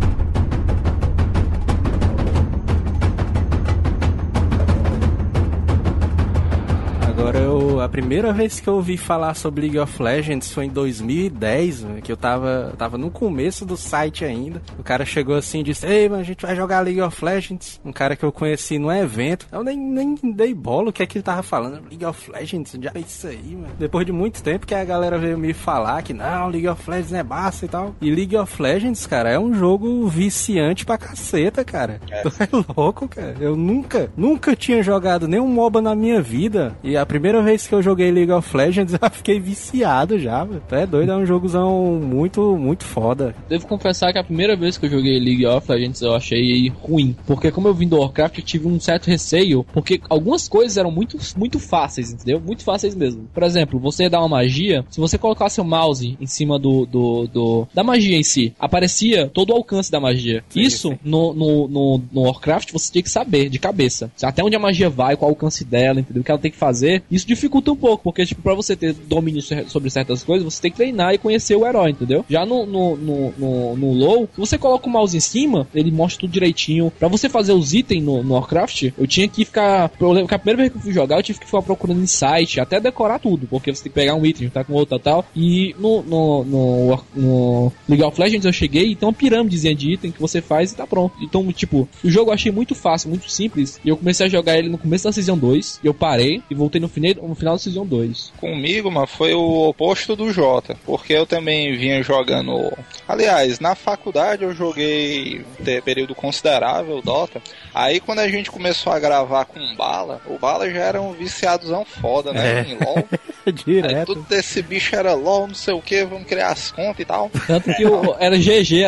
Agora, a primeira vez que eu ouvi falar sobre League of Legends foi em 2010, que eu tava no começo do site ainda. O cara chegou assim e disse: "Ei, mano, a gente vai jogar League of Legends." Um cara que eu conheci no evento. Eu nem dei bola o que é que ele tava falando. League of Legends, já é isso aí, mano. Depois de muito tempo que a galera veio me falar que não, League of Legends é massa e tal. E League of Legends, cara, é um jogo viciante pra caceta, cara. Tu é louco, cara. Eu nunca tinha jogado nenhum MOBA na minha vida. E a primeira vez que eu joguei League of Legends, eu fiquei viciado já, velho. É doido, é um jogozão muito, muito foda. Devo confessar que a primeira vez que eu joguei League of Legends eu achei ruim, porque como eu vim do Warcraft eu tive um certo receio, porque algumas coisas eram muito, muito fáceis, entendeu? Muito fáceis mesmo. Por exemplo, você dá uma magia, se você colocar seu mouse em cima da magia em si, aparecia todo o alcance da magia. Sim, isso, sim. No Warcraft, você tinha que saber de cabeça. Até onde a magia vai, qual o alcance dela, entendeu? O que ela tem que fazer. Isso dificulta um pouco, porque, tipo, pra você ter domínio sobre certas coisas, você tem que treinar e conhecer o herói, entendeu? Já no LoL, se você coloca o mouse em cima, ele mostra tudo direitinho. Pra você fazer os itens no Warcraft, eu tinha que ficar... Porque a primeira vez que eu fui jogar, eu tive que ficar procurando em site, até decorar tudo, porque você tem que pegar um item, juntar com outro e tal. E no League of Legends eu cheguei e tem uma pirâmidezinha de item que você faz e tá pronto. Então, tipo, o jogo eu achei muito fácil, muito simples. E eu comecei a jogar ele no começo da Season 2, e eu parei e voltei no final da Season 2. Comigo, mano, foi o oposto do Jota, porque eu também vinha jogando... Aliás, na faculdade eu joguei período considerável Dota. Aí quando a gente começou a gravar com o Bala já era um viciadozão foda, né? Em LoL. Direto. Aí tudo desse bicho era LoL, não sei o que, vamos criar as contas e tal. Tanto que era GG.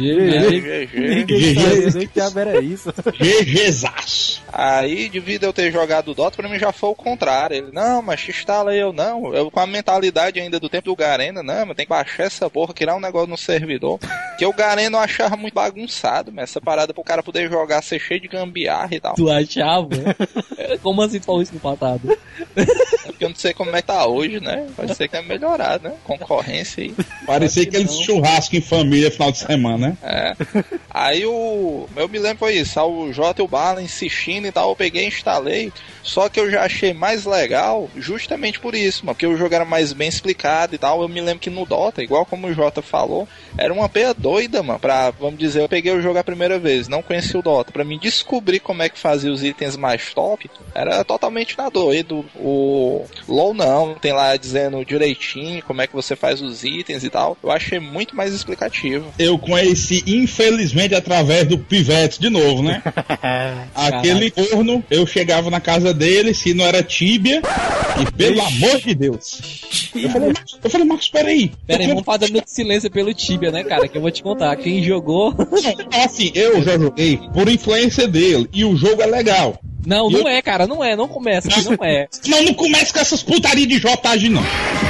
Nem que era isso. GGzaço. Aí, devido a eu ter jogado o Dota, pra mim já foi o contrário. Ele, não, mas instala aí, eu com a mentalidade ainda do tempo do Garena, não, mas tem que baixar essa porra, criar um negócio no servidor. Que o Garena eu achava muito bagunçado, mas essa parada pro cara poder jogar, ser cheio de gambiarra e tal. Tu achava? Como assim tu falou isso no passado? É porque eu não sei como é que tá hoje, né? Pode ser que tenha melhorado, né? Concorrência aí. Parecia aquele churrasco em família final de semana, né? É. Aí eu me lembro foi isso, o Jota e o Bala insistindo e tal, eu peguei e instalei. Só que eu já achei mais legal justamente por isso, mano, porque o jogo era mais bem explicado e tal. Eu me lembro que no Dota, igual como o Jota falou, era uma peia doida, mano, pra, vamos dizer, eu peguei o jogo a primeira vez, não conheci o Dota. Pra mim descobrir como é que fazia os itens mais top, era totalmente na doido. O LoL não, tem lá dizendo direitinho como é que você faz os itens e tal. Eu achei muito mais explicativo. Eu conheci, infelizmente, através do Pivete de novo, né? Aquele corno, eu chegava na casa dele, se não era Tibia, e pelo amor de Deus. Eu falei, Marcos, peraí, vamos fazer um minuto de silêncio pelo Tibia, né, cara? Que eu vou te contar, quem jogou... Não, assim, eu já joguei por influência dele, e o jogo é legal. Não, não é, cara, não é, não começa, não é. Não começa com essas putarias de jotagem, não.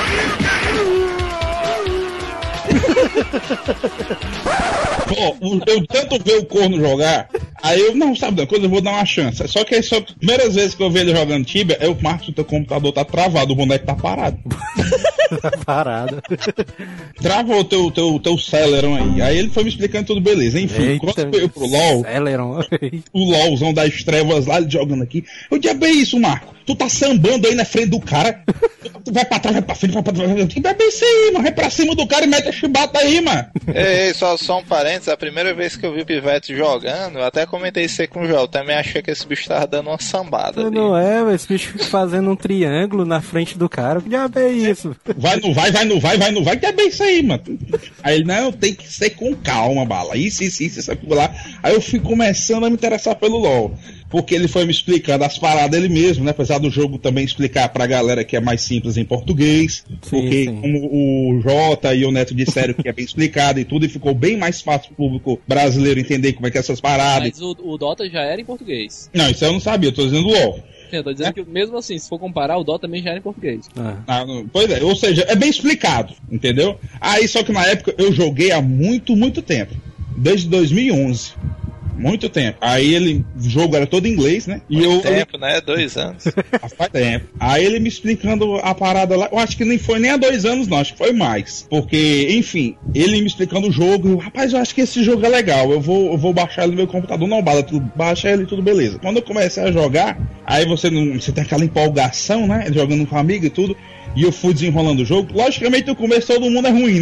Pô, eu tento ver o corno jogar, aí eu, não, sabe da coisa, eu vou dar uma chance. Só que as primeiras vezes que eu vejo ele jogando Tibia, o Marcos, o teu computador tá travado, o boneco tá parado. Tá parado. Travou o teu Celeron aí. Aí ele foi me explicando tudo, beleza. Enfim, quando veio pro LoL, Celeron. O LoLzão das trevas lá, ele jogando aqui. Eu disse, é isso, Marco. Tu tá sambando aí na frente do cara. Tu vai pra trás, vai pra frente, vai pra trás. É bem isso aí, mano. Vai pra cima do cara e mete a chibata aí, mano. Ei, só um parênteses. A primeira vez que eu vi o Pivete jogando, eu até comentei isso aí com o João. Eu também achei que esse bicho tava dando uma sambada. Não é, esse bicho fica fazendo um triângulo na frente do cara. Que diabo é isso? Vai, não vai, que é bem isso aí, mano. Aí ele, não, tem que ser com calma, Bala. Isso, lá. Aí eu fui começando a me interessar pelo LoL. Porque ele foi me explicando as paradas ele mesmo, né? Apesar do jogo também explicar pra galera que é mais simples em português. Sim, porque sim. Como o Jota e o Neto disseram que é bem explicado e tudo, e ficou bem mais fácil pro público brasileiro entender como é que é essas paradas. Mas o Dota já era em português. Não, isso eu não sabia, eu tô dizendo LoL. Eu tô dizendo que mesmo assim, se for comparar, o Dota também já era em português. Pois é, ou seja, é bem explicado, entendeu? Aí só que na época eu joguei há muito, muito tempo. Desde 2011. Muito tempo. Aí o jogo era todo em inglês, né? Muito tempo, né? 2 anos. Faz tempo. Aí ele me explicando a parada lá. Eu acho que nem foi nem há 2 anos, não. Acho que foi mais. Porque, enfim, ele me explicando o jogo. Eu, rapaz, eu acho que esse jogo é legal. Eu vou baixar ele no meu computador. Não, Bala, tu baixa ele e tudo beleza. Quando eu comecei a jogar, aí você tem aquela empolgação, né? Jogando com amigo e tudo. E eu fui desenrolando o jogo. Logicamente, no começo todo mundo é ruim, né?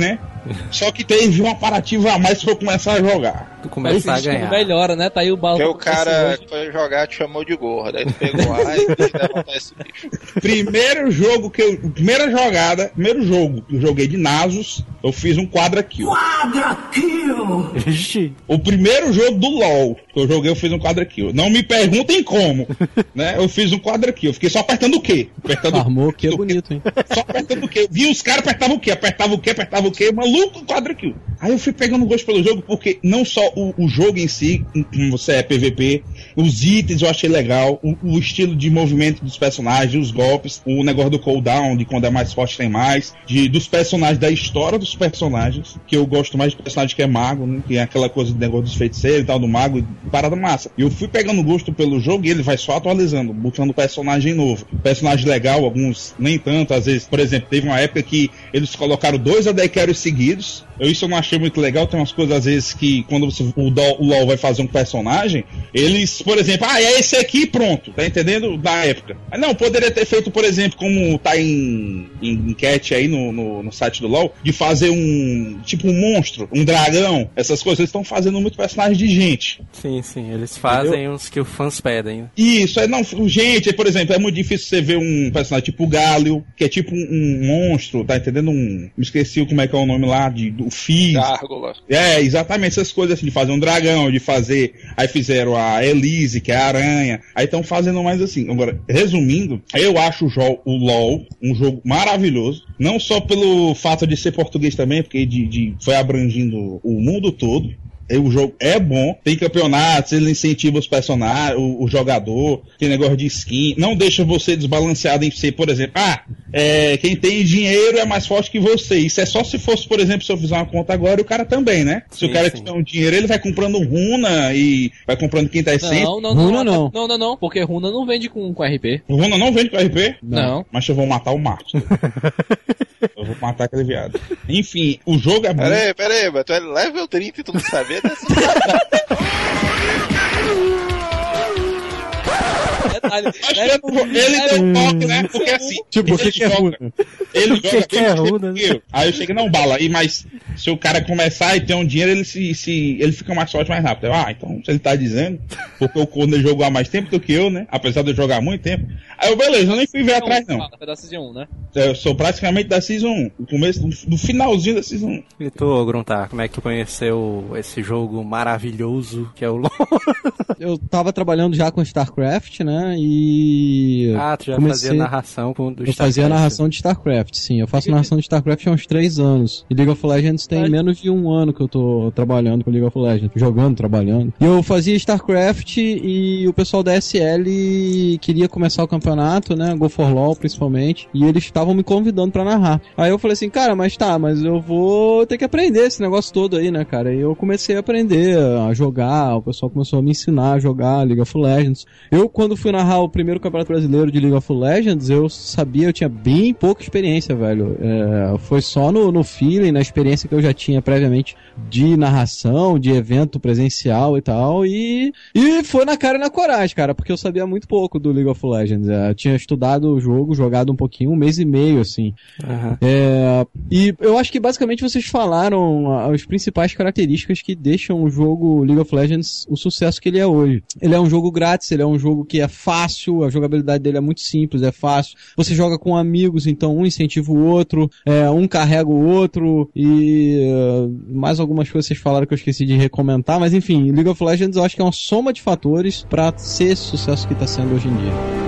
Só que teve um aparativo a mais pra eu começar a jogar. Tu começar a ganhar. Melhora, né? Tá aí o balo. Porque o cara foi jogar, te chamou de gordo. Aí tu pegou lá e quis levantar esse bicho. Primeiro jogo primeira jogada, primeiro jogo que eu joguei de Nasus, eu fiz um quadra kill. Quadra kill! O primeiro jogo do LoL que eu joguei, eu fiz um quadra kill. Não me perguntem como, né? Eu fiz um quadra kill. Eu fiquei só apertando o quê? Armou o que é bonito, hein? Só apertando o quê? Vi os caras apertavam o quê? Apertava o quê? Maluco, quadra kill. Aí eu fui pegando gosto pelo jogo, porque não só o jogo em si, como você é PVP, os itens eu achei legal, o estilo de movimento dos personagens, os golpes, o negócio do cooldown, de quando é mais forte tem mais, dos personagens, da história dos personagens, que eu gosto mais de personagem que é mago, né? Que é aquela coisa do negócio dos feiticeiros e tal, do mago, e parada massa. E eu fui pegando gosto pelo jogo e ele vai só atualizando, botando personagem novo. Personagem legal, alguns nem tanto, às vezes, por exemplo, teve uma época que eles colocaram 2 AD Carries seguidos. Isso eu não achei muito legal. Tem umas coisas, às vezes, que quando o LoL vai fazer um personagem, eles, por exemplo, é esse aqui, pronto, tá entendendo? Da época. Não, poderia ter feito, por exemplo, como tá em enquete aí no site do LoL, de fazer tipo um monstro, um dragão, essas coisas. Eles estão fazendo muito personagem de gente. Sim, eles fazem uns que os fãs pedem. Isso, gente, por exemplo, é muito difícil você ver um personagem tipo o Galio, que é tipo um monstro, tá entendendo? Me esqueci como é que é o nome lá, do Fizz. Gárgula. Exatamente, essas coisas assim, de fazer um dragão, de fazer... Aí fizeram a Elise, que é a aranha. Aí estão fazendo mais assim. Agora, resumindo, eu acho o LoL um jogo maravilhoso. Não só pelo fato de ser português também, porque foi abrangindo o mundo todo. O jogo é bom, tem campeonatos, ele incentiva os personagens, o jogador, tem negócio de skin, não deixa você desbalanceado em ser, por exemplo, quem tem dinheiro é mais forte que você. Isso é só se fosse, por exemplo, se eu fizer uma conta agora, o cara também, né? Se o cara tiver um dinheiro, ele vai comprando runa e vai comprando quinta essência. Não, porque runa não vende com RP. Runa não vende com RP? Não. Mas eu vou matar o Marcos. Eu vou matar aquele viado. Enfim, o jogo é bom. Peraí, mas tu é level 30 e tu não sabia dessa? Ele deu um toque, né? Porque assim. Tipo, o que é runa? Ele joga que é runa, né? Aí eu cheguei, não, bala. Mas se o cara começar e ter um dinheiro, ele fica mais forte mais rápido. Então, se ele tá dizendo, porque o Corno jogou há mais tempo do que eu, né? Apesar de eu jogar há muito tempo. Aí eu, beleza, eu nem fui ver atrás, não. Foi da Season 1, né? Eu sou praticamente da Season 1. No começo, do finalzinho da Season 1. E tu, Gruntar, como é que tu conheceu esse jogo maravilhoso que é o LoL? Eu tava trabalhando já com StarCraft, né? E... tu já fazia narração do StarCraft. Eu fazia narração de StarCraft, sim. Eu faço narração de StarCraft há uns 3 anos. E League of Legends tem menos de 1 ano que eu tô trabalhando com League of Legends. Trabalhando. E eu fazia StarCraft e o pessoal da SL queria começar o campeonato, né? Go for LoL, principalmente. E eles estavam me convidando pra narrar. Aí eu falei assim, cara, mas eu vou ter que aprender esse negócio todo aí, né, cara? E eu comecei a aprender a jogar. O pessoal começou a me ensinar a jogar League of Legends. Eu, quando fui narrar o primeiro campeonato brasileiro de League of Legends, eu tinha bem pouca experiência, velho. Foi só no feeling, na experiência que eu já tinha previamente de narração, de evento presencial e tal, e foi na cara e na coragem, cara, porque eu sabia muito pouco do League of Legends. Eu tinha estudado o jogo, jogado um pouquinho, 1 mês e meio, assim. Uhum. E eu acho que basicamente vocês falaram as principais características que deixam o jogo League of Legends o sucesso que ele é hoje. Ele é um jogo grátis, ele é um jogo que é fácil, a jogabilidade dele é muito simples, é fácil. Você joga com amigos, então um incentiva o outro, um carrega o outro, e mais algumas coisas vocês falaram que eu esqueci de recomendar, mas enfim, League of Legends eu acho que é uma soma de fatores pra ser esse sucesso que tá sendo hoje em dia.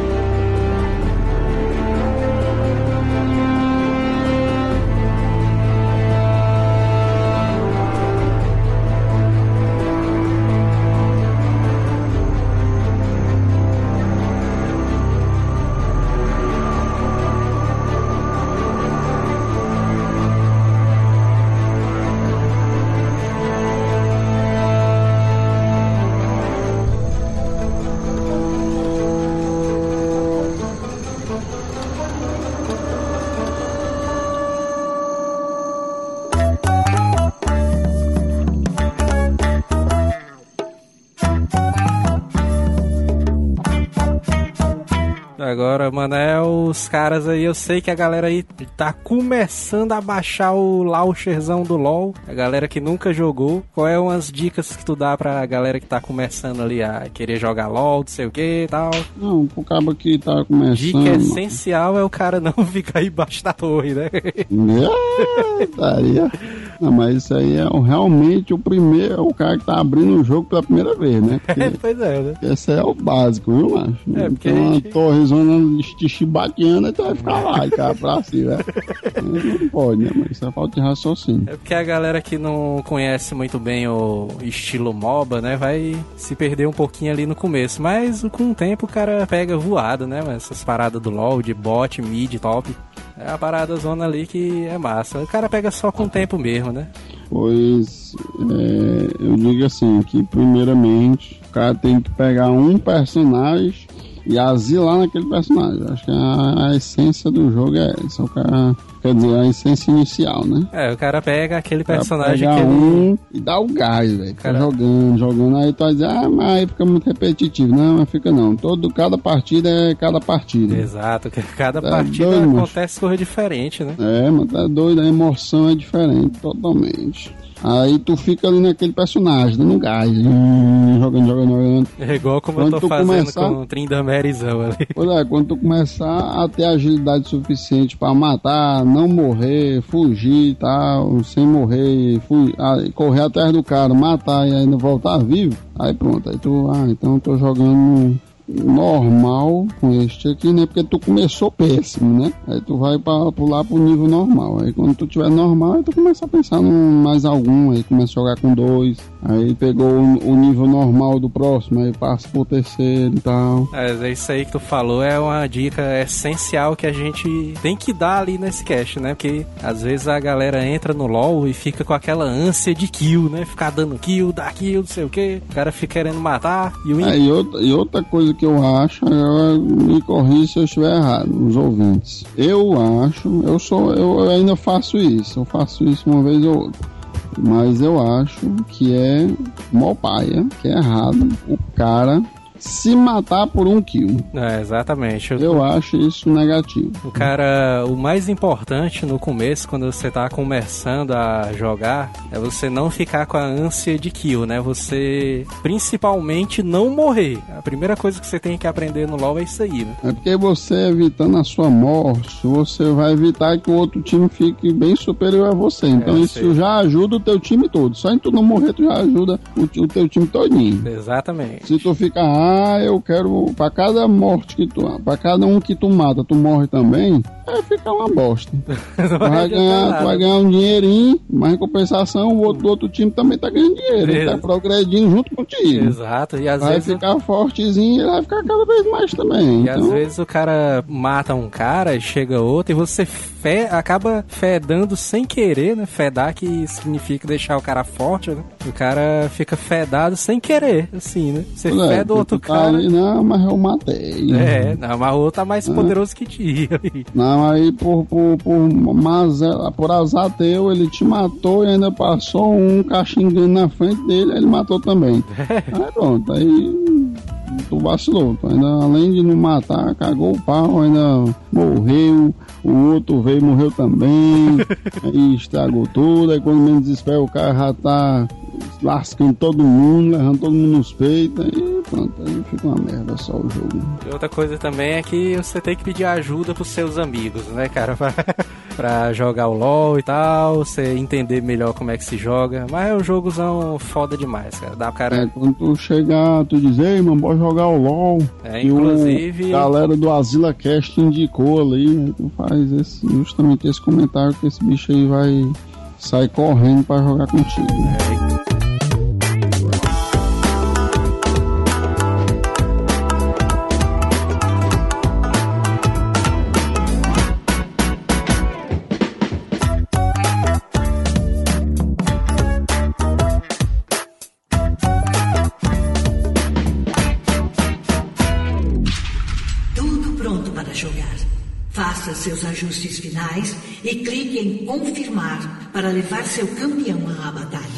Agora, Manel, os caras aí, eu sei que a galera aí tá começando a baixar o launcherzão do LoL. A galera que nunca jogou. Qual é umas dicas que tu dá pra galera que tá começando ali a querer jogar LoL, não sei o que e tal? Não, pro cabo que tá começando... Dica essencial é o cara não ficar embaixo da torre, né? Daria. Não, mas isso aí é realmente o primeiro, o cara que tá abrindo o jogo pela primeira vez, né? Porque, pois é, né? Esse é o básico, viu, macho? Porque tem uma torrezona de chibatiana e tu vai ficar lá e cara pra cima, né? Não pode, né? Mas isso é falta de raciocínio. É porque a galera que não conhece muito bem o estilo MOBA, né, vai se perder um pouquinho ali no começo, mas com o tempo o cara pega voado, né? Essas paradas do LoL, de bot, mid, top. É a parada zona ali que é massa. O cara pega só com o tempo mesmo, né? Pois, eu digo assim, que primeiramente o cara tem que pegar um personagem e asilar naquele personagem. Acho que a essência do jogo é essa. O cara, quer dizer, a essência inicial, né? O cara pega aquele personagem que ele... e dá o gás, velho. Cara... jogando. Aí tu vai dizer, mas aí fica muito repetitivo. Não, mas fica não. Cada partida é cada partida. Exato, cada partida doido, acontece coisa diferente, né? Mas tá doido, a emoção é diferente, totalmente. Aí tu fica ali naquele personagem, dando gás, jogando. É igual como quando eu tô fazendo com o Tryndamere-zão ali. Pois é, quando tu começar a ter agilidade suficiente pra matar, não morrer, fugir e tal, sem morrer, correr atrás do cara, matar e ainda voltar vivo, aí pronto, aí tu, então eu tô jogando normal com este aqui, né? Porque tu começou péssimo, né? Aí tu vai pular pro nível normal. Aí quando tu tiver normal, aí tu começa a pensar em mais algum, aí começa a jogar com 2. Aí pegou o nível normal do próximo, aí passa pro terceiro e tal. É isso aí que tu falou, é uma dica essencial que a gente tem que dar ali nesse cast, né? Porque às vezes a galera entra no LoL e fica com aquela ânsia de kill, né? Ficar dando kill, dar kill, não sei o que. O cara fica querendo matar e outra coisa que eu acho, me corrija se eu estiver errado, os ouvintes. Eu ainda faço isso. Eu faço isso uma vez ou outra. Mas eu acho que é mó paia, que é errado o cara se matar por um kill. Exatamente. Eu acho isso negativo. O cara, o mais importante no começo, quando você tá começando a jogar, é você não ficar com a ânsia de kill, né? Você, principalmente, não morrer. A primeira coisa que você tem que aprender no LoL é isso aí, né? É porque você evitando a sua morte, você vai evitar que o outro time fique bem superior a você. Então isso já ajuda o teu time todo. Só em tu não morrer, tu já ajuda o teu time todinho. Exatamente. Se tu ficar eu quero, pra cada morte que tu, pra cada um que tu mata, tu morre também, fica uma bosta. Tu vai ganhar um dinheirinho, mas em compensação o outro time também tá ganhando dinheiro, ele tá progredindo junto contigo. Exato, e às vai vezes ficar fortezinho e ele vai ficar cada vez mais também. E então... às vezes o cara mata um cara, chega outro e você acaba fedando sem querer, né? Fedar que significa deixar o cara forte, né? O cara fica fedado sem querer, assim, né? Você feda o outro cara. Ali, não, mas eu matei. Não, mas o outro tá mais poderoso que ti. Não, aí por azar teu, ele te matou e ainda passou um caxingando na frente dele, ele matou também. Aí pronto, aí tu vacilou. Tu ainda, além de não matar, cagou o pau, ainda morreu. O outro veio e morreu também. Aí estragou tudo. Aí quando menos espera, o cara já tá lascando todo mundo, levando todo mundo nos peitos. Aí pronto, aí fica uma merda só o jogo. E outra coisa também é que você tem que pedir ajuda pros seus amigos, né, cara? Pra jogar o LoL e tal, você entender melhor como é que se joga. Mas é um jogozão foda demais, cara. Dá pro cara... quando tu chegar, tu diz, ei, mano, bora jogar o LoL. Inclusive... A galera do Azila Cast indicou ali, né? Tu faz justamente esse comentário que esse bicho aí vai sair correndo pra jogar contigo. Faça seus ajustes finais e clique em confirmar para levar seu campeão à batalha.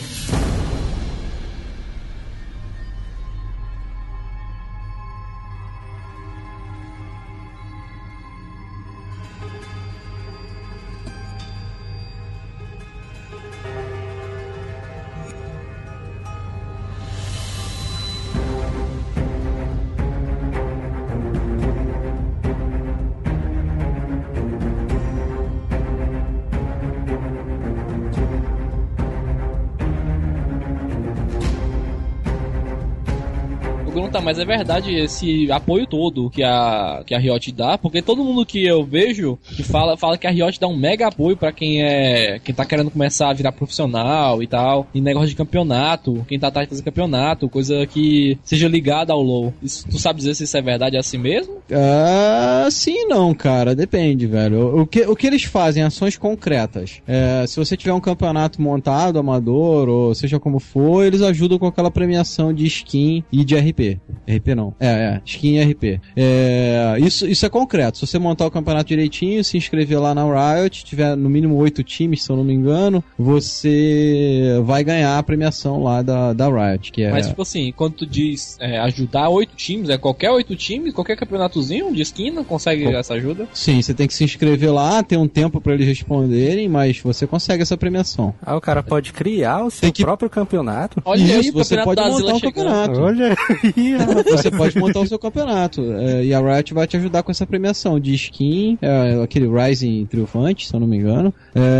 perguntar, mas é verdade esse apoio todo que a Riot dá? Porque todo mundo que eu vejo que fala que a Riot dá um mega apoio pra quem tá querendo começar a virar profissional e tal, em negócio de campeonato, quem tá atrás de fazer campeonato, coisa que seja ligada ao LoL. Tu sabe dizer se isso é verdade assim mesmo? Sim e não, cara, depende, velho. O que eles fazem, ações concretas. Se você tiver um campeonato montado, amador, ou seja como for, eles ajudam com aquela premiação de skin e de RP. RP não. Skin e RP. Isso é concreto. Se você montar o campeonato direitinho, se inscrever lá na Riot, tiver no mínimo 8 times, se eu não me engano, você vai ganhar a premiação lá da Riot, que é... Mas, tipo assim, quando tu diz ajudar 8 times, qualquer 8 times, qualquer campeonatozinho de esquina consegue essa ajuda? Sim, você tem que se inscrever lá, tem um tempo pra eles responderem, mas você consegue essa premiação. O cara pode criar o seu próprio campeonato. Olha isso, aí, você pode montar um campeonato. Olha aí, você pode montar o seu campeonato. E a Riot vai te ajudar com essa premiação de skin, aquele Rising Triunfante, se eu não me engano,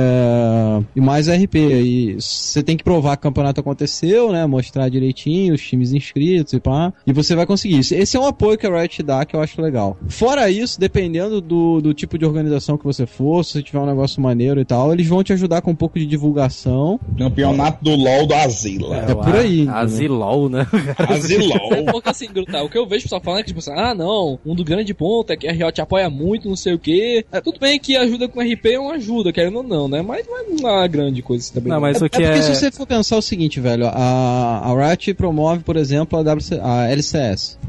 e mais RP. E você tem que provar que o campeonato aconteceu, né? Mostrar direitinho os times inscritos e pá. E você vai conseguir isso. Esse é um apoio que a Riot dá que eu acho legal. Fora isso, dependendo do tipo de organização que você for, se você tiver um negócio maneiro e tal, eles vão te ajudar com um pouco de divulgação. Campeonato do LoL do Asila. É por aí. Asilol, né? Asilol. É porque assim, Grutar, o que eu vejo o pessoal falando é que, tipo assim, não, um do grande ponto é que a Riot apoia muito, não sei o quê. Tudo bem que ajuda com RP é uma ajuda, querendo ou não, né? Mas não é uma grande coisa assim também. Não, mas o que porque se você for pensar o seguinte, velho, a Riot promove, por exemplo, a LCS.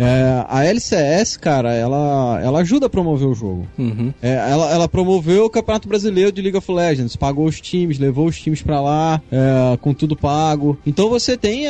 A LCS, cara, ela ajuda a promover o jogo. Uhum. Ela promoveu o Campeonato Brasileiro de League of Legends, pagou os times, levou os times pra lá, com tudo pago. Então você tem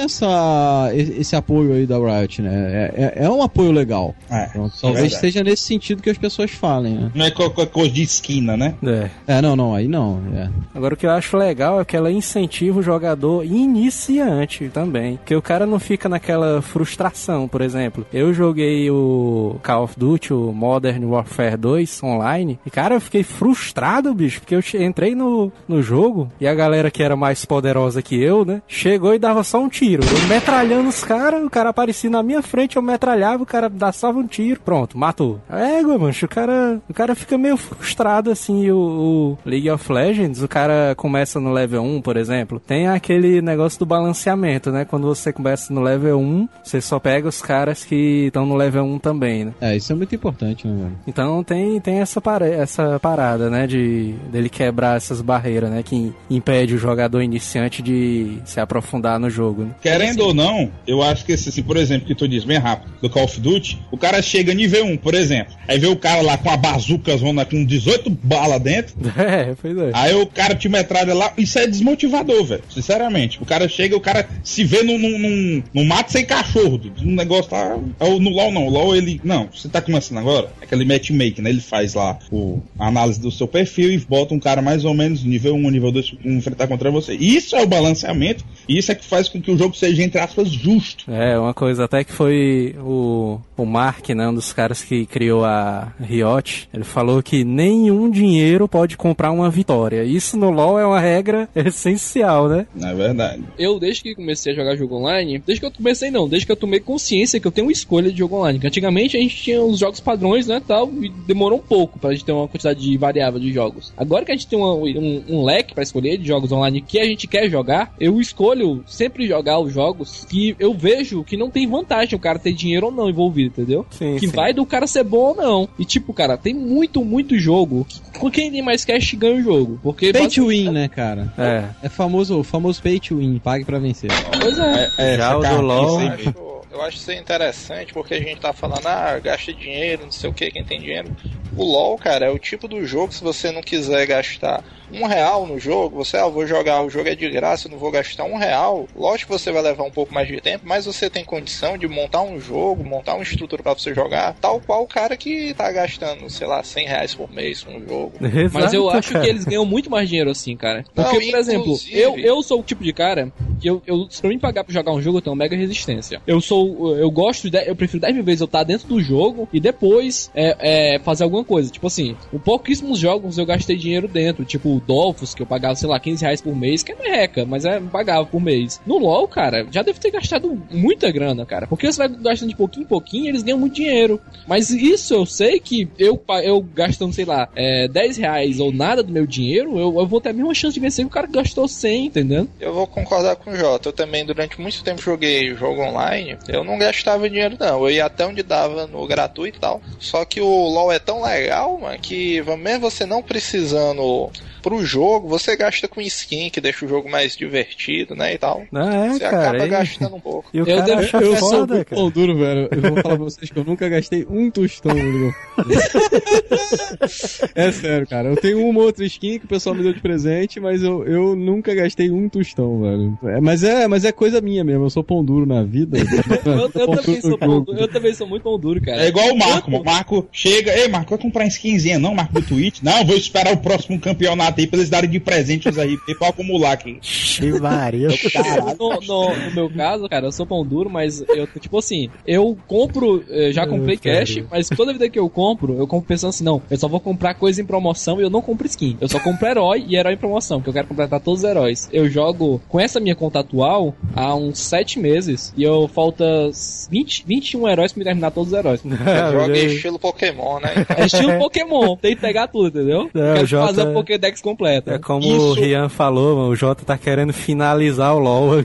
esse apoio aí da Riot, né? É um apoio legal. Talvez seja nesse sentido que as pessoas falem, né? Não é qualquer coisa de esquina, né? Não, aí não. Agora o que eu acho legal é que ela incentiva o jogador iniciante também. Que o cara não fica naquela frustração, por exemplo. Eu joguei o Call of Duty, o Modern Warfare 2 online, e cara, eu fiquei frustrado, bicho, porque eu entrei no jogo e a galera que era mais poderosa que eu, né, chegou e dava só um tiro. Eu metralhando os caras, o cara aparecia na minha frente, eu metralhava, o cara dava só um tiro, pronto, matou. Mancho, o cara fica meio frustrado, assim, o League of Legends, o cara começa no level 1, por exemplo, tem aquele negócio do balanceamento, né, quando você começa no level 1, você só pega os caras que estão no level 1 também, né. Isso é muito importante, né, velho? Então tem essa parada, né, dele quebrar essas barreiras, né, que impede o jogador iniciante de se aprofundar no jogo, né? Querendo ou não, eu acho que assim, por exemplo, que tu diz bem rápido, do Call of Duty, o cara chega nível 1, por exemplo, aí vê o cara lá com a bazuca zona com 18 balas dentro, pois é. Aí o cara te metralha lá, isso é desmotivador, velho, sinceramente. O cara chega, o cara se vê num mato sem cachorro, um negócio lá, no LoL não, o LoL ele, não, você tá começando agora, aquele matchmaking, né, ele faz lá a análise do seu perfil e bota um cara mais ou menos nível 1, nível 2 enfrentar contra você. Isso é o balanceamento, e isso é que faz com que o jogo seja, entre aspas, justo. Uma coisa até que foi o Mark, né, um dos caras que criou a Riot, ele falou que nenhum dinheiro pode comprar uma vitória. Isso no LoL é uma regra essencial, né? É verdade. Eu, desde que comecei a jogar jogo online, desde que eu tomei consciência que eu tenho uma escolha de jogo online. Que antigamente a gente tinha os jogos padrões, né, tal, e demorou um pouco pra gente ter uma quantidade de variável de jogos. Agora que a gente tem um leque pra escolher de jogos online que a gente quer jogar, eu escolho sempre jogar os jogos que eu vejo que não tem vantagem o cara ter dinheiro ou não envolvido, entendeu? Sim, que vai do cara ser bom ou não. E tipo, cara, tem muito jogo que quem tem mais cash ganha o jogo. Porque pay to win, né, cara? É famoso pay to win, pague pra vencer. Pois é. Já o do LoL... Eu acho isso interessante porque a gente tá falando, gasta dinheiro, não sei o que, quem tem dinheiro. O LoL, cara, é o tipo do jogo, se você não quiser gastar R$1 no jogo, você, vou jogar, o jogo é de graça, eu não vou gastar R$1. Lógico que você vai levar um pouco mais de tempo, mas você tem condição de montar um jogo, montar uma estrutura pra você jogar, tal qual o cara que tá gastando, sei lá, R$100 por mês com um jogo. Exato, mas eu acho que eles ganham muito mais dinheiro assim, cara. Porque, por exemplo, eu sou o tipo de cara que pra mim pagar pra jogar um jogo eu tenho mega resistência. Eu sou eu gosto, eu prefiro 10 mil vezes eu estar dentro do jogo e depois fazer alguma coisa. Tipo assim, em pouquíssimos jogos eu gastei dinheiro dentro, tipo o Dofus, que eu pagava, sei lá, R$15 por mês, que é merreca, mas eu pagava por mês. No LoL, cara, já deve ter gastado muita grana, cara, porque você vai gastando de pouquinho em pouquinho, eles ganham muito dinheiro. Mas isso eu sei que eu gastando, sei lá, R$10 ou nada do meu dinheiro, eu vou ter a mesma chance de vencer que o cara gastou 100, entendeu? Eu vou concordar com o Jota. Eu também, durante muito tempo, joguei jogo online. Eu não gastava dinheiro, não. Eu ia até onde dava no gratuito e tal. Só que o LoL é tão legal, mano, que mesmo você não precisando pro jogo, você gasta com skin, que deixa o jogo mais divertido, né, e tal. Você acaba gastando um pouco. Eu sou muito pão duro, velho. Eu vou falar pra vocês que eu nunca gastei um tostão, velho. É sério, cara. Eu tenho uma outra skin que o pessoal me deu de presente, mas eu nunca gastei um tostão, velho. Mas é coisa minha mesmo. Eu sou pão duro na vida. Eu também sou muito pão duro, cara. É igual o Marco. O Marco chega, ei, Marco, vai comprar skinzinha não, Marco, do Twitch? Não, vou esperar o próximo campeonato aí pra eles darem de presente os RP pra acumular aqui. No meu caso, cara, eu sou pão duro, mas eu, tipo assim, eu compro, já comprei cash, mas toda vida que eu compro pensando assim, não, eu só vou comprar coisa em promoção e eu não compro skin. Eu só compro herói e herói em promoção, porque eu quero completar todos os heróis. Eu jogo com essa minha conta atual há uns 7 meses e eu falta 21 heróis pra me terminar todos os heróis. Joga estilo Pokémon, né? É estilo Pokémon, tem que pegar tudo, entendeu? Eu quero fazer a Pokédex completa. É como o Rian falou, mano, o Jota tá querendo finalizar o LoL.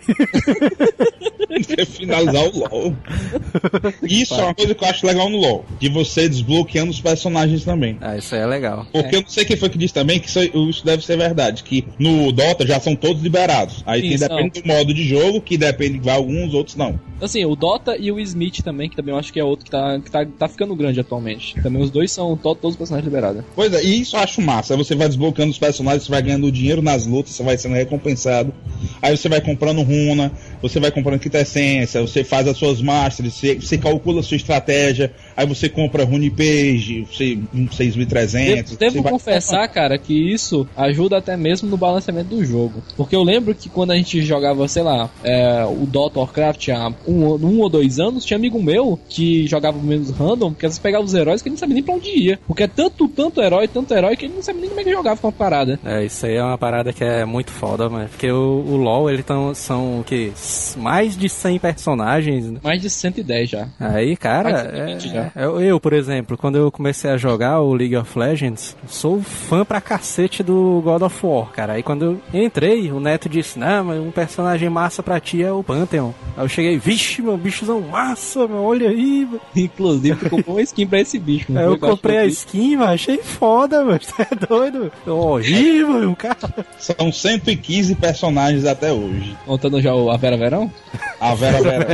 Finalizar o LoL. Isso é uma coisa que eu acho legal no LoL, de você desbloqueando os personagens também. Isso aí é legal. Porque eu não sei quem foi que disse também que isso deve ser verdade, que no Dota já são todos liberados. Aí depende do modo de jogo, que depende de alguns, outros não. Assim, o Dota e o Smith também, que também eu acho que é outro que tá ficando grande atualmente. Também os dois são todos os personagens liberados. Pois é, e isso eu acho massa. Aí você vai desbloqueando os personagens, você vai ganhando dinheiro nas lutas, você vai sendo recompensado. Aí você vai comprando runa, você vai comprando quintessência, você faz as suas masters, você calcula a sua estratégia, aí você compra rune page, você 6.300. Devo confessar, cara, que isso ajuda até mesmo no balanceamento do jogo. Porque eu lembro que quando a gente jogava, sei lá, o Dota Warcraft há 1 ou 2 anos, tinha amigo meu que jogava menos random, porque às vezes pegava os heróis que ele não sabia nem pra onde ia. Porque é tanto herói, que ele não sabia nem como é que jogava com uma parada. Isso aí é uma parada que é muito foda, mano. Porque o LoL, são o quê? Mais de 100 personagens. Né? Mais de 110 já. Aí, cara, eu, por exemplo, quando eu comecei a jogar o League of Legends, sou fã pra cacete do God of War, cara. Aí quando eu entrei, o Neto disse, não, mas um personagem massa pra ti é o Pantheon. Aí eu cheguei, vixe, meu bichozão massa, meu, olha aí, mano. Inclusive, tu comprou uma skin pra esse bicho. Aí eu comprei a skin, mano, achei foda, mano. Você é doido? Horrível, cara. São 115 personagens até hoje. Contando já a Vera Verão? A Vera Verão.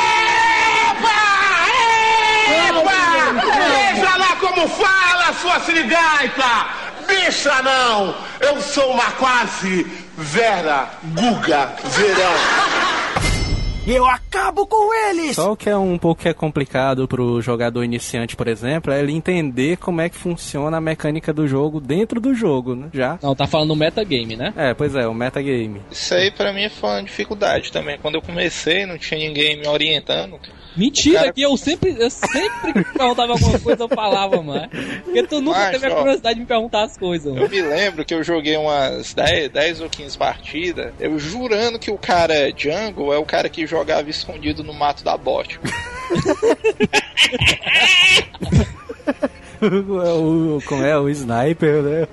Veja lá como fala, sua sirigaita! Bicha não! Eu sou uma quase Vera Guga Verão. Eu acabo com eles! Só o que é um pouco complicado pro jogador iniciante, por exemplo, é ele entender como é que funciona a mecânica do jogo dentro do jogo, né? Já. Não, tá falando metagame, né? Pois é, o metagame. Isso aí pra mim foi uma dificuldade também. Quando eu comecei, não tinha ninguém me orientando. Mentira, cara... que eu sempre que perguntava alguma coisa eu falava, mano. Porque tu nunca teve a curiosidade de me perguntar as coisas, mano. Eu me lembro que eu joguei umas 10 ou 15 partidas, eu jurando que o cara jungle é o cara que jogava escondido no mato da bot. Como é? O sniper, né?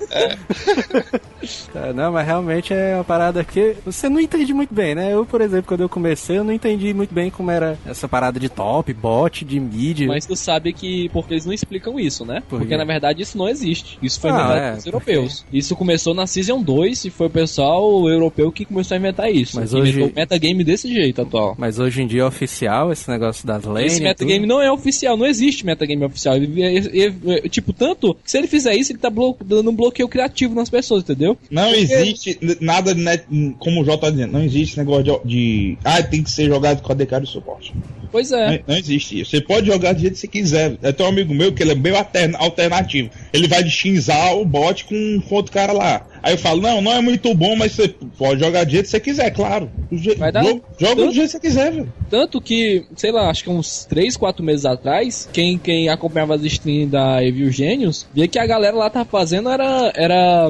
Não, mas realmente é uma parada que você não entende muito bem, né? Eu, por exemplo, quando eu comecei, eu não entendi muito bem como era essa parada de top, bot, de mid. Mas tu sabe que porque eles não explicam isso, né? Porque na verdade isso não existe. Isso foi inventado pelos europeus. Isso começou na Season 2 e foi o pessoal europeu que começou a inventar isso. Mas hoje... inventou o metagame desse jeito atual. Mas hoje em dia é oficial esse negócio das lanes. Esse metagame não é oficial, não existe metagame oficial. Tipo, tanto que se ele fizer isso, ele tá dando um bloqueio criativo nas pessoas, entendeu? Não existe nada, né, como o J tá dizendo, não existe negócio de tem que ser jogado com a DK de suporte. Pois é. Não existe isso. Você pode jogar do jeito que você quiser. Tem um amigo meu que ele é meio alternativo. Ele vai de shinzar o bot com outro cara lá. Aí eu falo, não é muito bom, mas você pode jogar do jeito que você quiser, claro. Joga do jeito que você quiser, velho. Tanto que, sei lá, acho que uns 3, 4 meses atrás, quem acompanhava as streams da Evil Genius, via que a galera lá tava fazendo era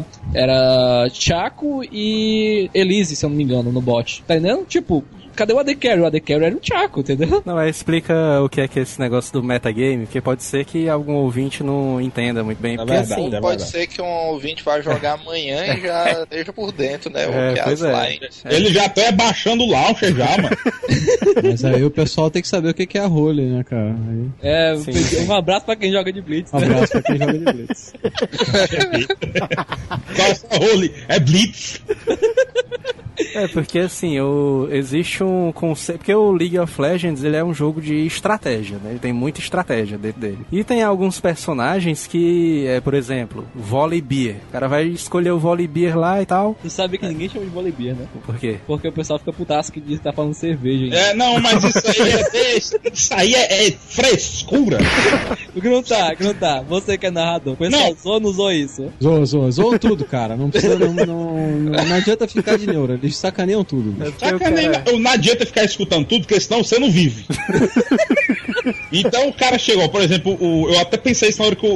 Chaco e Elise, se eu não me engano, no bot. Tá entendendo? Tipo, cadê o AD Carry? O AD Carry era um Chaco, entendeu? Não, explica o que é esse negócio do metagame, porque pode ser que algum ouvinte não entenda muito bem. Porque assim, pode ser que um ouvinte vá jogar amanhã e já esteja por dentro, né? Ele já tá baixando o launcher já, mano. Mas aí o pessoal tem que saber o que é a role, né, cara? Um abraço pra quem joga de Blitz. Um abraço pra quem joga de Blitz. Qual é essa role? É Blitz. Porque assim, existe um conceito, porque o League of Legends, ele é um jogo de estratégia, né? Ele tem muita estratégia dentro dele. E tem alguns personagens que, por exemplo, Volibear. O cara vai escolher o Volibear lá e tal. Tu sabe que ninguém chama de Volibear, né? Por quê? Porque o pessoal fica putaço que diz que tá falando cerveja. Hein? Não, mas isso aí é frescura. Gruntar. Você que é narrador. O pessoal zoa ou não zoa isso? Zoa tudo, cara. Não precisa, não adianta ficar de neura. Eles sacaneiam tudo. Não adianta ficar escutando tudo, porque senão você não vive. Então o cara chegou, por exemplo, eu até pensei isso na hora que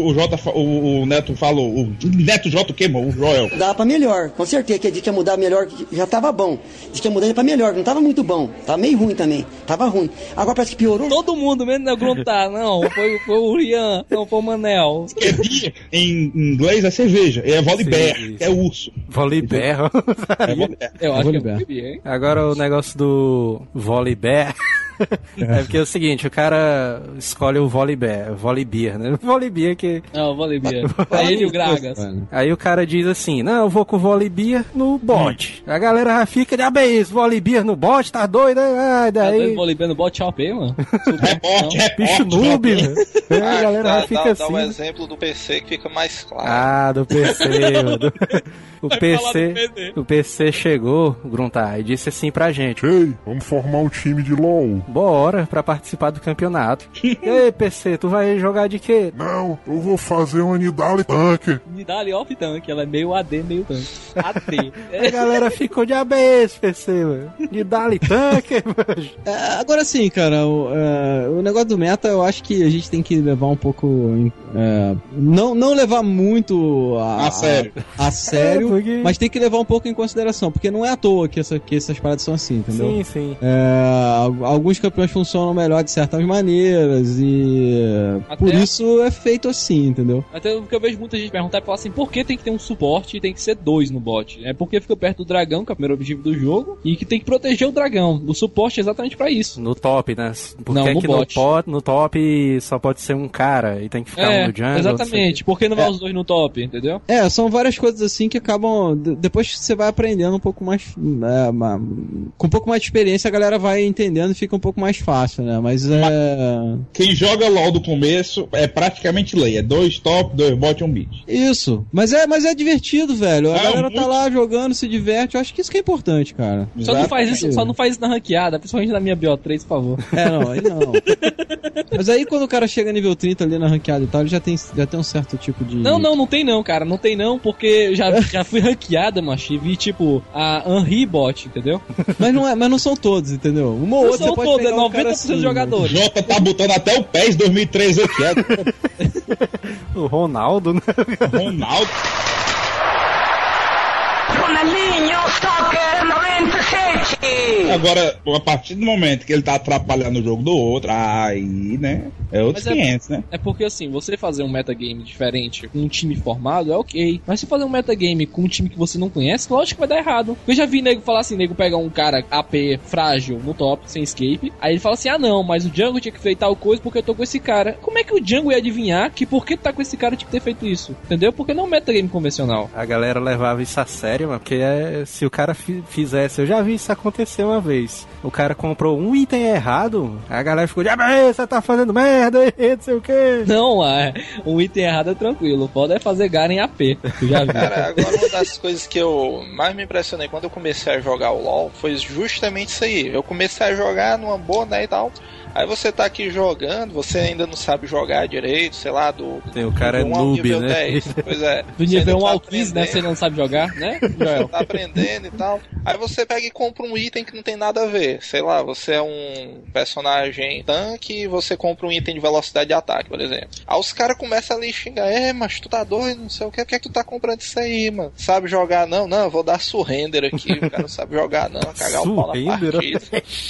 o Neto falou, o Neto J queimou, o Royal. Dá pra melhor, com certeza, que ele disse que ia mudar melhor, já tava bom. Disse que ia mudar pra melhor, não tava muito bom, tava meio ruim também, tava ruim. Agora parece que piorou. Todo mundo, mesmo não gruntar, não, foi o Rian, não foi o Manel. Em inglês é cerveja, é Volibear, é urso. Volibear. Eu acho que é Agora o negócio do Volibear é porque é o seguinte, o cara escolhe o Volibear, né? Volibear que... Não, Volibear. É ele e o Gragas. Aí o cara diz assim, não, eu vou com o Volibear no bot. A galera já fica, isso, Volibear no bot, tá doido, né? Daí... Volibear no bot, tchau, mano. Bicho noob, velho. A galera já fica assim. Dá um exemplo do PC que fica mais claro. Do PC, mano. O PC chegou, Gruntar, e disse assim pra gente: ei, vamos formar um time de LOL. Bora, pra participar do campeonato. Ei, PC, tu vai jogar de quê? Não, eu vou fazer uma Nidale Tank. Nidale Off Tank, ela é meio AD, meio tanque. AD. A galera ficou de ABS, PC, mano. Nidale Tank, mano. Agora sim, cara, o negócio do meta, eu acho que a gente tem que levar um pouco... não levar muito a sério, mas tem que levar um pouco em consideração, porque não é à toa que essas paradas são assim, entendeu? Sim. Alguns campeões funcionam melhor de certas maneiras e por isso é feito assim, entendeu? Até porque eu vejo muita gente perguntar e falar assim, por que tem que ter um suporte e tem que ser 2 no bot? É porque fica perto do dragão, que é o primeiro objetivo do jogo, e que tem que proteger o dragão. O suporte é exatamente pra isso. No top, né? Porque não, no bot. No top só pode ser um cara e tem que ficar um no jungle. Exatamente. Por que não vai os dois no top, entendeu? São várias coisas assim que acabam... Depois que você vai aprendendo um pouco mais... com um pouco mais de experiência, a galera vai entendendo e fica um pouco mais fácil, né? Mas quem joga LoL do começo é praticamente lei. É 2 top, 2 bot e 1 mid. Isso. Mas é divertido, velho. A galera tá lá jogando, se diverte. Eu acho que isso que é importante, cara. Só não faz isso na ranqueada, principalmente na minha BO3, por favor. Aí não. Mas aí quando o cara chega nível 30 ali na ranqueada e tal, ele já tem um certo tipo de... Não tem não, cara. Não tem não, porque já fui ranqueada, macho, e vi, tipo, a Henry bot, entendeu? Mas não são todos, entendeu? Uma ou outra você pode pegar 90% assim, dos jogadores. Jota tá botando até o PES 2013 aqui. O Ronaldo, né? Ronaldo. Ronaldinho, Stalker 97! Agora, a partir do momento que ele tá atrapalhando o jogo do outro, aí, né? É outros 500, né? É porque, assim, você fazer um metagame diferente com um time formado é ok. Mas se fazer um metagame com um time que você não conhece, lógico que vai dar errado. Eu já vi nego falar assim, nego pegar um cara AP frágil no top, sem escape, aí ele fala assim, não, mas o jungle tinha que feito tal coisa porque eu tô com esse cara. Como é que o jungle ia adivinhar que porque tá com esse cara tinha que ter feito isso? Entendeu? Porque não é um metagame convencional. A galera levava isso a sério, mano, porque se o cara fizesse, eu já vi isso acontecer uma vez. O cara comprou um item errado, a galera ficou de, você tá fazendo merda aí, não sei o que. Não, um item errado é tranquilo, pode fazer Garen AP. Tu já viu? Cara, agora uma das coisas que eu mais me impressionei quando eu comecei a jogar o LoL foi justamente isso aí. Eu comecei a jogar numa boa, né, e tal. Aí você tá aqui jogando, você ainda não sabe jogar direito, sei lá, Tem o cara é noob, né? 10. Pois é. Do nível 1 ao 15, né? Você não sabe jogar, né, Joel? Você tá aprendendo e tal. Aí você pega e compra um item que não tem nada a ver. Sei lá, você é um personagem tanque e você compra um item de velocidade de ataque, por exemplo. Aí os caras começam ali a xingar, mas tu tá doido, não sei o que, por que é que tu tá comprando isso aí, mano? Sabe jogar não? Não, eu vou dar surrender aqui, o cara não sabe jogar não, cagar o pau na partida.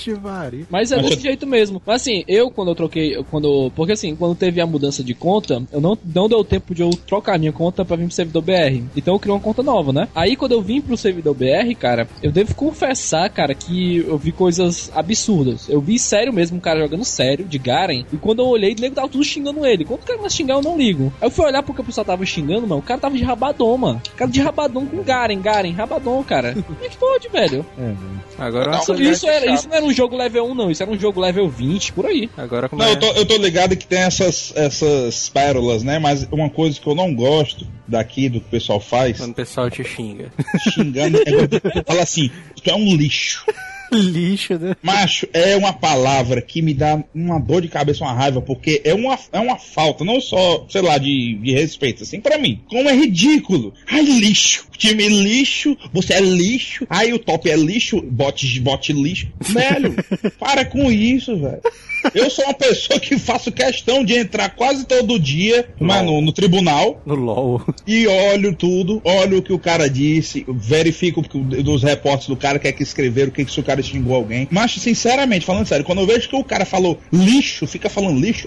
Mas é desse jeito mesmo. Mas assim, quando eu troquei, porque assim, quando teve a mudança de conta, eu não deu tempo de eu trocar minha conta pra vir pro servidor BR. Então eu criei uma conta nova, né? Aí quando eu vim pro servidor BR, cara, eu devo confessar, cara, que eu vi coisas absurdas. Eu vi sério mesmo, um cara jogando sério, de Garen, e quando eu olhei, o nego tava tudo xingando ele. Quando o cara mais xingar, eu não ligo. Aí eu fui olhar porque o pessoal tava xingando, mano, o cara tava de Rabadon, mano. O cara de Rabadon com Garen, Rabadon, cara. Como é que pode, velho? Agora isso não era um jogo level 1, não. Isso era um jogo level 20, por aí. Agora como eu tô ligado que tem essas pérolas, né? Mas uma coisa que eu não gosto daqui, do que o pessoal faz... Quando o pessoal te xinga. Xingando, fala assim, tu é um lixo. Lixo, né? Macho, é uma palavra que me dá uma dor de cabeça, uma raiva, porque é uma falta, não só, sei lá, de respeito, assim, pra mim. Como é ridículo. Ai, lixo. Time lixo, você é lixo. Ai, o top é lixo, bot lixo. Velho, para com isso, velho. Eu sou uma pessoa que faço questão de entrar quase todo dia no tribunal. No LOL. E olho tudo, olho o que o cara disse, verifico dos reportes do cara, o que é que escreveram, o que é que se o cara xingou alguém. Mas, sinceramente, falando sério, quando eu vejo que o cara falou lixo, fica falando lixo,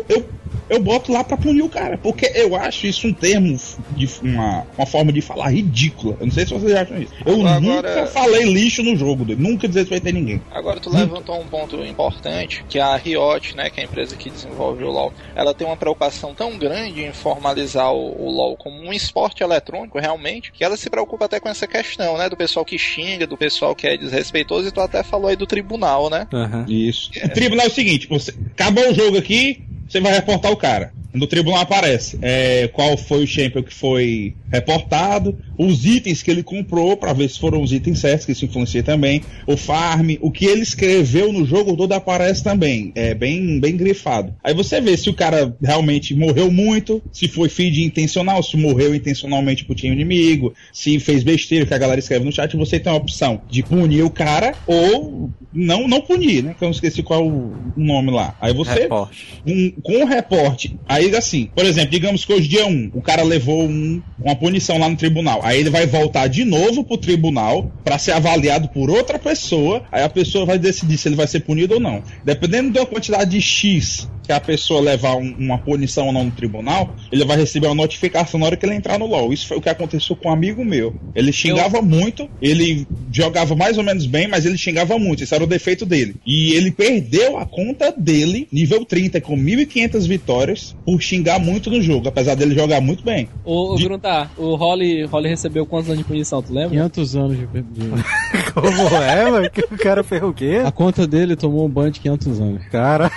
eu boto lá pra punir o cara. Porque eu acho isso um termo, de uma forma de falar ridícula. Eu não sei se vocês acham isso. Eu nunca falei lixo no jogo, nunca desrespeitei ninguém. Agora tu levantou um ponto importante, que a Riot, né, que é a empresa que desenvolve o LoL, ela tem uma preocupação tão grande em formalizar o LoL como um esporte eletrônico, realmente, que ela se preocupa até com essa questão, né, do pessoal que xinga, do pessoal que é desrespeitoso, e tu até falou aí do tribunal, né? Isso. O tribunal é o seguinte, acabou o jogo aqui, você vai reportar o cara. No tribunal aparece qual foi o champion que foi reportado, os itens que ele comprou, pra ver se foram os itens certos, que isso influencia também, o farm, o que ele escreveu no jogo todo aparece também, é bem grifado. Aí você vê se o cara realmente morreu muito, se foi feed intencional, se morreu intencionalmente pro time inimigo, se fez besteira, que a galera escreve no chat, você tem a opção de punir o cara ou não punir, né, que eu não esqueci qual o nome lá. Aí você, reporte. Com o reporte, aí assim, por exemplo, digamos que hoje dia 1, o cara levou uma punição lá no tribunal, aí ele vai voltar de novo pro tribunal pra ser avaliado por outra pessoa, aí a pessoa vai decidir se ele vai ser punido ou não. Dependendo da quantidade de X que a pessoa levar uma punição ou não no tribunal, ele vai receber uma notificação na hora que ele entrar no LoL. Isso foi o que aconteceu com um amigo meu. Ele xingava muito, ele jogava mais ou menos bem, mas ele xingava muito, isso era o defeito dele. E ele perdeu a conta dele, nível 30, com 1.500 vitórias, por xingar muito no jogo, apesar dele jogar muito bem. Ô, Gruntar, o Holly recebeu quantos anos de punição, tu lembra? 500 anos de... Como é, mano? O cara ferrou o quê? A conta dele tomou um ban de 500 anos. Caraca.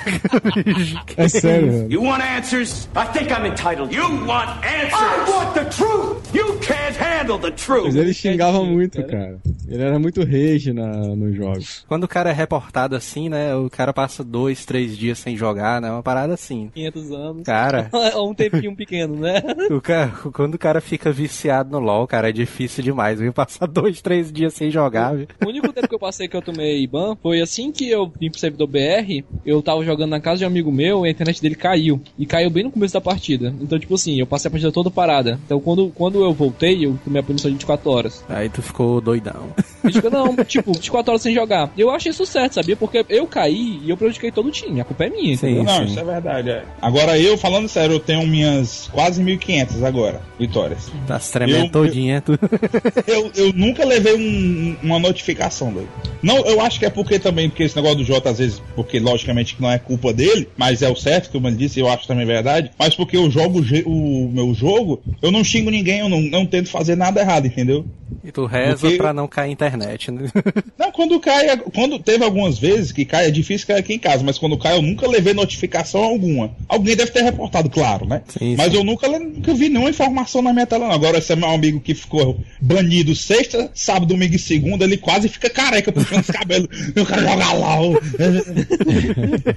É sério, velho. You want answers? I think I'm entitled. You want answers? I want the truth! You can't handle the truth! Mas ele xingava muito, cara. Ele era muito rage nos jogos. Quando o cara é reportado assim, né, o cara passa 2, 3 dias sem jogar, né, uma parada assim. 500 anos. Cara... um tempinho pequeno, né? Quando o cara fica viciado no LoL, cara, é difícil demais, viu? Passar 2, 3 dias sem jogar, viu? O único tempo que eu passei que eu tomei ban foi assim que eu vim pro servidor BR, eu tava jogando na casa de um amigo meu e a internet dele caiu. E caiu bem no começo da partida. Então, tipo assim, eu passei a partida toda parada. Então, quando eu voltei, eu tomei a punição de 24 horas. Aí tu ficou doidão. Não, tipo, 24 horas sem jogar. Eu achei isso certo, sabia? Porque eu caí e eu prejudiquei todo o time. A culpa é minha, entendeu? Não, isso é verdade. Agora eu, falando sério, eu tenho minhas quase 1.500 agora, vitórias. Tá se tremendo todinha, tu. Eu nunca levei uma notificação dele. Não, eu acho que é porque esse negócio do Jota, às vezes, porque logicamente não é culpa dele, mas é o certo, que o Mano disse, eu acho também verdade, mas porque eu jogo o meu jogo, eu não xingo ninguém, eu não tento fazer nada errado, entendeu? E tu reza pra não cair internet, né? Não, quando teve algumas vezes que cai, é difícil cair aqui em casa, mas quando cai eu nunca levei notificação alguma. Alguém deve ter reportado, claro, né? Sim, mas eu nunca vi nenhuma informação na minha tela, não. Agora esse é meu amigo que ficou banido sexta, sábado, domingo e segunda, ele quase fica careca puxando os cabelos. Eu quero jogar lá.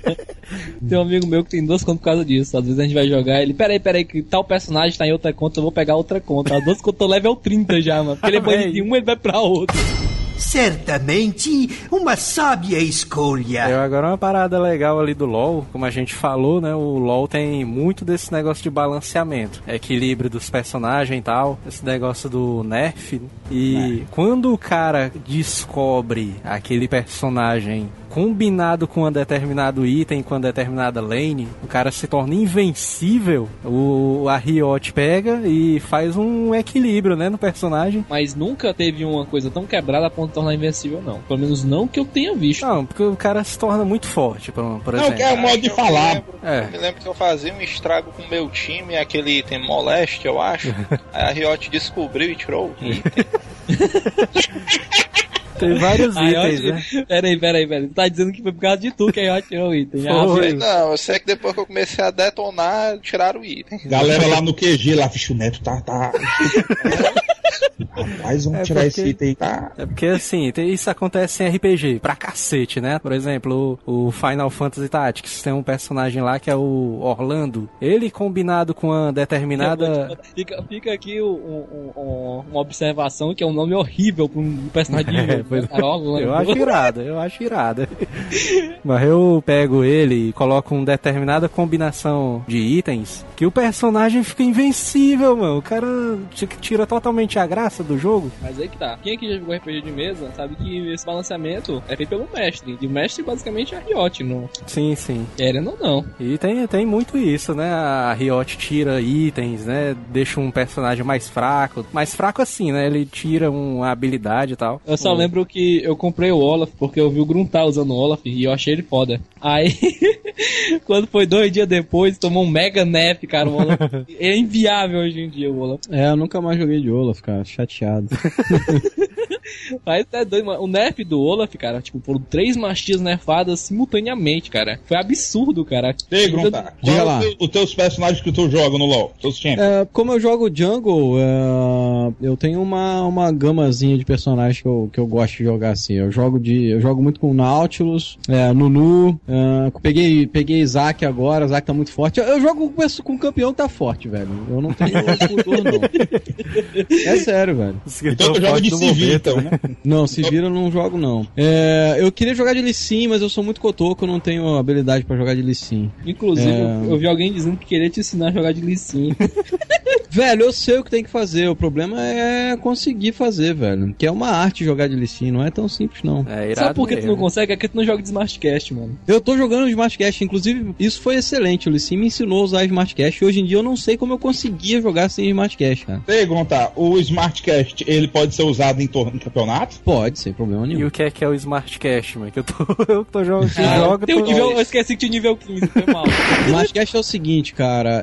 Tem um amigo meu que tem 2 contas por causa disso. Às vezes a gente vai jogar, ele, peraí, que tal personagem tá em outra conta, eu vou pegar outra conta. As 2 contas level 30 já, mano. Porque ele vai de um, ele vai pra outro. Certamente uma sábia escolha. Agora uma parada legal ali do LoL, como a gente falou, né? O LoL tem muito desse negócio de balanceamento, equilíbrio dos personagens e tal, esse negócio do nerf. E quando o cara descobre aquele personagem combinado com um determinado item, com uma determinada lane, o cara se torna invencível, a Riot pega e faz um equilíbrio, né, no personagem. Mas nunca teve uma coisa tão quebrada a ponto de tornar invencível, não. Pelo menos não que eu tenha visto. Não, porque o cara se torna muito forte, por exemplo. Não, que é o modo de falar. Eu me lembro que eu fazia um estrago com o meu time, aquele item moleste, eu acho. Aí a Riot descobriu e tirou o item. Tem vários itens, né? Peraí. Tu tá dizendo que foi por causa de tu que a Riot tirou o item. Não, eu sei que depois que eu comecei a detonar, tiraram o item. Galera lá no QG, lá, ficha o Neto, tá. Rapaz, vamos tirar esse item aí, tá? É porque assim, isso acontece em RPG, pra cacete, né? Por exemplo, o Final Fantasy Tactics, tem um personagem lá que é o Orlando. Ele combinado com uma determinada... Fica aqui uma observação que é um nome horrível pra um personagem de eu acho irado. Mas eu pego ele e coloco uma determinada combinação de itens que o personagem fica invencível, mano. O cara tira totalmente a graça do jogo. Mas aí que tá. Quem aqui já jogou RPG de mesa sabe que esse balanceamento é feito pelo mestre. E o mestre basicamente é a Riot, não? Sim. Querendo ou não. E tem muito isso, né? A Riot tira itens, né? Deixa um personagem mais fraco. Mais fraco assim, né? Ele tira uma habilidade e tal. Eu só lembro que eu comprei o Olaf porque eu vi o Gruntal usando o Olaf e eu achei ele foda. Aí, quando foi 2 dias depois, tomou um mega nerf, cara. O Olaf é inviável hoje em dia, o Olaf. Eu nunca mais joguei de Olaf, cara. Chateado. Mas é doido, mano. O nerf do Olaf, cara, tipo, foram 3 mastias nerfadas simultaneamente, cara. Foi absurdo, cara. Ei, Gruntar, qual é os teus personagens que tu joga no LoL? Teus champions? Como eu jogo jungle, eu tenho uma gamazinha de personagens que eu gosto de jogar assim. Eu jogo muito com Nautilus, Nunu, peguei Zac agora, Zac tá muito forte. Eu jogo com o campeão que tá forte, velho. Eu não tenho futuro, não. É sério, velho. Então tu joga de Sivir, então, né? Não, Sivir eu não jogo, não. Eu queria jogar de Lee Sin, mas eu sou muito cotoco, eu não tenho habilidade pra jogar de Lee Sin. Inclusive, eu vi alguém dizendo que queria te ensinar a jogar de Lee Sin. Velho, eu sei o que tem que fazer, o problema é conseguir fazer, velho. Que é uma arte jogar de Lee Sin, não é tão simples, não. Sabe por que tu não consegue? É que tu não joga de Smartcast, mano. Eu tô jogando de Smartcast, inclusive isso foi excelente, o Lee Sin me ensinou a usar Smartcast e hoje em dia eu não sei como eu conseguia jogar sem Smartcast, cara. Pergunta, o Smartcast, ele pode ser usado em campeonato? Pode, sem problema nenhum. E o que é o Smartcast, mano? Que eu tô jogando... Eu esqueci que tinha nível 15, foi mal. O Smartcast é o seguinte, cara,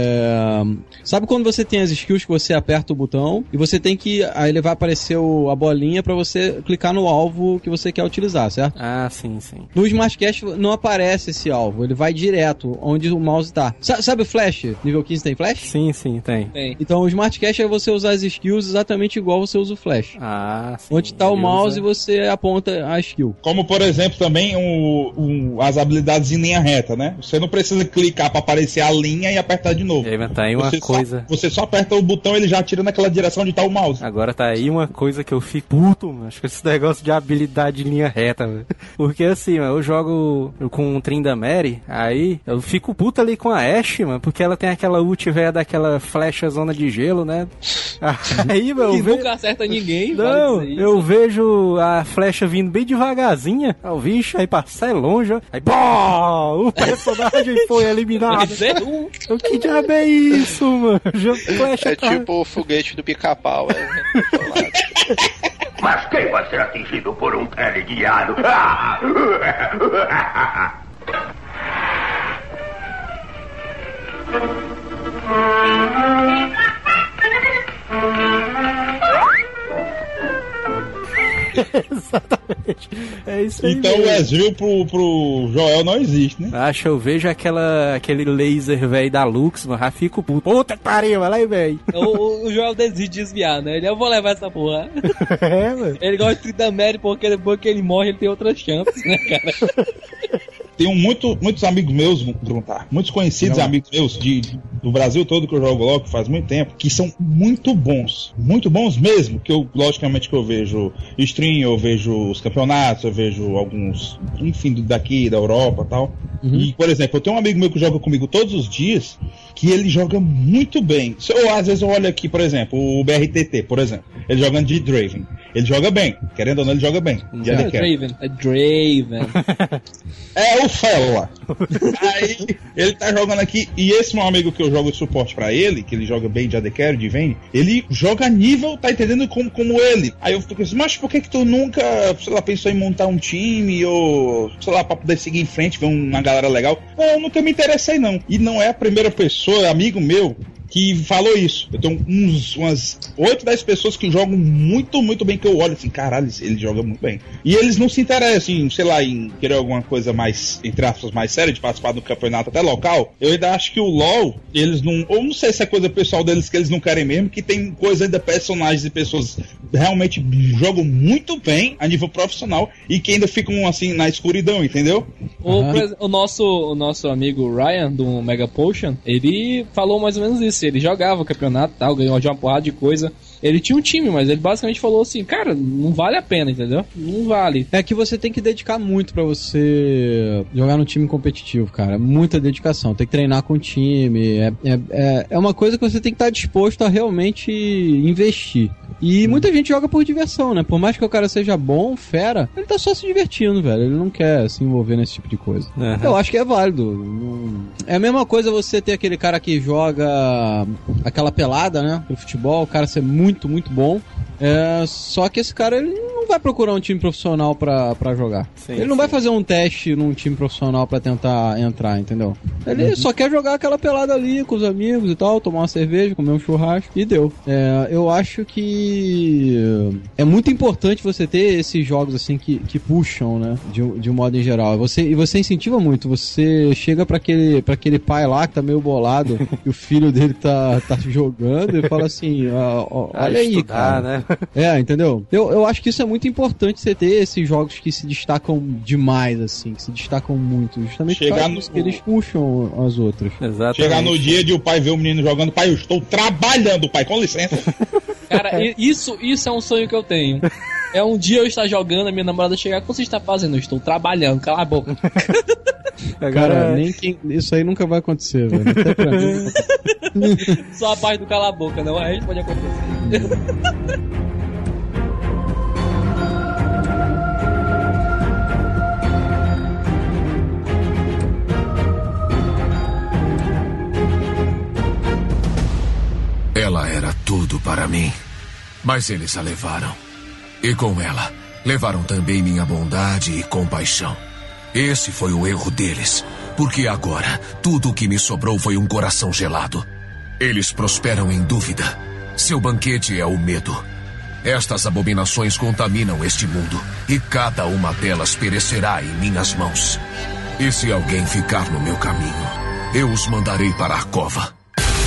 sabe quando você tem as skills que você aperta o botão e você tem que... Aí ele vai aparecer a bolinha pra você clicar no alvo que você quer utilizar, certo? Ah, sim. No Smartcast não aparece esse alvo, ele vai direto onde o mouse tá. Sabe o Flash? Nível 15 tem Flash? Sim, tem. Então o Smartcast é você usar as skills exatamente igual você usa o Flash. Ah, sim. Onde tá o mouse e você aponta a skill. Como, por exemplo, também as habilidades em linha reta, né? Você não precisa clicar pra aparecer a linha e apertar de novo. Tá aí uma coisa... Você só aperta o botão e ele já atira naquela direção onde tá o mouse. Agora tá aí uma coisa que eu fico puto, mano. Acho que esse negócio de habilidade em linha reta, mano. Porque assim, mano, eu jogo com o Tryndamere, aí eu fico puto ali com a Ashe, mano, porque ela tem aquela ult velha daquela flecha zona de gelo, né? Aí, mano... nunca acerta ninguém. Não, eu vejo a flecha vindo bem devagarzinha. Aí o bicho, aí passa longe, aí o personagem foi eliminado. O que diabo é isso, mano? Flecha tipo o foguete do Pica-Pau. Mas quem vai ser atingido por um teleguiado? Exatamente. É isso aí. Então o Ezreal pro Joel não existe, né? Acho, eu vejo aquele laser velho da Lux, mano, já fico puto. Puta que pariu, vai lá aí, velho. O Joel desiste de desviar, né? Eu vou levar essa porra. Mano. Ele gosta de Tryndamere porque depois que ele morre ele tem outras chances, né, cara? tenho muitos amigos meus, Gruntar, muitos conhecidos amigos meus do Brasil todo que eu jogo LoL, que faz muito tempo, que são muito bons mesmo, que eu, logicamente, que eu vejo stream, eu vejo os campeonatos, eu vejo alguns, enfim, daqui, da Europa e tal. E, por exemplo, eu tenho um amigo meu que joga comigo todos os dias, que ele joga muito bem. Às vezes eu olho aqui, por exemplo, o BRTT, por exemplo, ele jogando de Draven. Ele joga bem, querendo ou não, ele joga bem. É Draven. É o Fela. Aí ele tá jogando aqui, e esse meu amigo que eu jogo de suporte pra ele, que ele joga bem de AD Carry, de Vayne, ele joga a nível, tá entendendo, como ele. Aí eu fico assim, mas por que tu nunca, sei lá, pensou em montar um time, ou, sei lá, pra poder seguir em frente, ver uma galera legal? Não, eu nunca me interessei, não. E não é a primeira pessoa, amigo meu, que falou isso. Eu tenho umas 8, 10 pessoas que jogam muito, muito bem, que eu olho assim, caralho, ele joga muito bem. E eles não se interessam em, sei lá, em querer alguma coisa mais, entre aspas, mais séria, de participar do campeonato até local. Eu ainda acho que o LoL, eles não... Ou não sei se é coisa pessoal deles que eles não querem mesmo, que tem coisa ainda, personagens e pessoas realmente jogam muito bem a nível profissional e que ainda ficam, assim, na escuridão, entendeu? O nosso amigo Ryan, do Mega Potion, ele falou mais ou menos isso. Ele jogava o campeonato e tal, ganhou de uma porrada de coisa. Ele tinha um time, mas ele basicamente falou assim, cara, não vale a pena, entendeu? Não vale. É que você tem que dedicar muito pra você jogar num time competitivo, cara. Muita dedicação. Tem que treinar com o time. É uma coisa que você tem que estar disposto a realmente investir. E muita gente joga por diversão, né? Por mais que o cara seja bom, fera, ele tá só se divertindo, velho. Ele não quer se envolver nesse tipo de coisa. Eu acho que é válido. É a mesma coisa você ter aquele cara que joga aquela pelada, né? Pro futebol, o cara ser muito, muito bom. Só que esse cara, ele não vai procurar um time profissional pra jogar. Ele não vai fazer um teste num time profissional pra tentar entrar, entendeu? Ele só quer jogar aquela pelada ali com os amigos e tal, tomar uma cerveja, comer um churrasco e deu. Eu acho que é muito importante você ter esses jogos assim que puxam, né? De um modo em geral. E você incentiva muito. Você chega pra aquele pai lá que tá meio bolado e o filho dele tá jogando e fala assim, olha aí, cara. Né? Entendeu? Eu acho que isso é muito importante, você ter esses jogos que se destacam demais, assim, que se destacam muito. Justamente porque eles puxam as outras. Exatamente. Chegar no dia de o pai ver o menino jogando, pai, eu estou trabalhando, pai, com licença. Cara, isso é um sonho que eu tenho. É um dia eu estar jogando, a minha namorada chegar, o que você está fazendo? Eu estou trabalhando, cala a boca. Cara, isso aí nunca vai acontecer, velho. Até pra mim. Só a parte do cala a boca, não, aí pode acontecer. Ela era tudo para mim, mas eles a levaram. E com ela, levaram também minha bondade e compaixão. Esse foi o erro deles, porque agora tudo o que me sobrou foi um coração gelado. Eles prosperam em dúvida. Seu banquete é o medo. Estas abominações contaminam este mundo, e cada uma delas perecerá em minhas mãos. E se alguém ficar no meu caminho, eu os mandarei para a cova.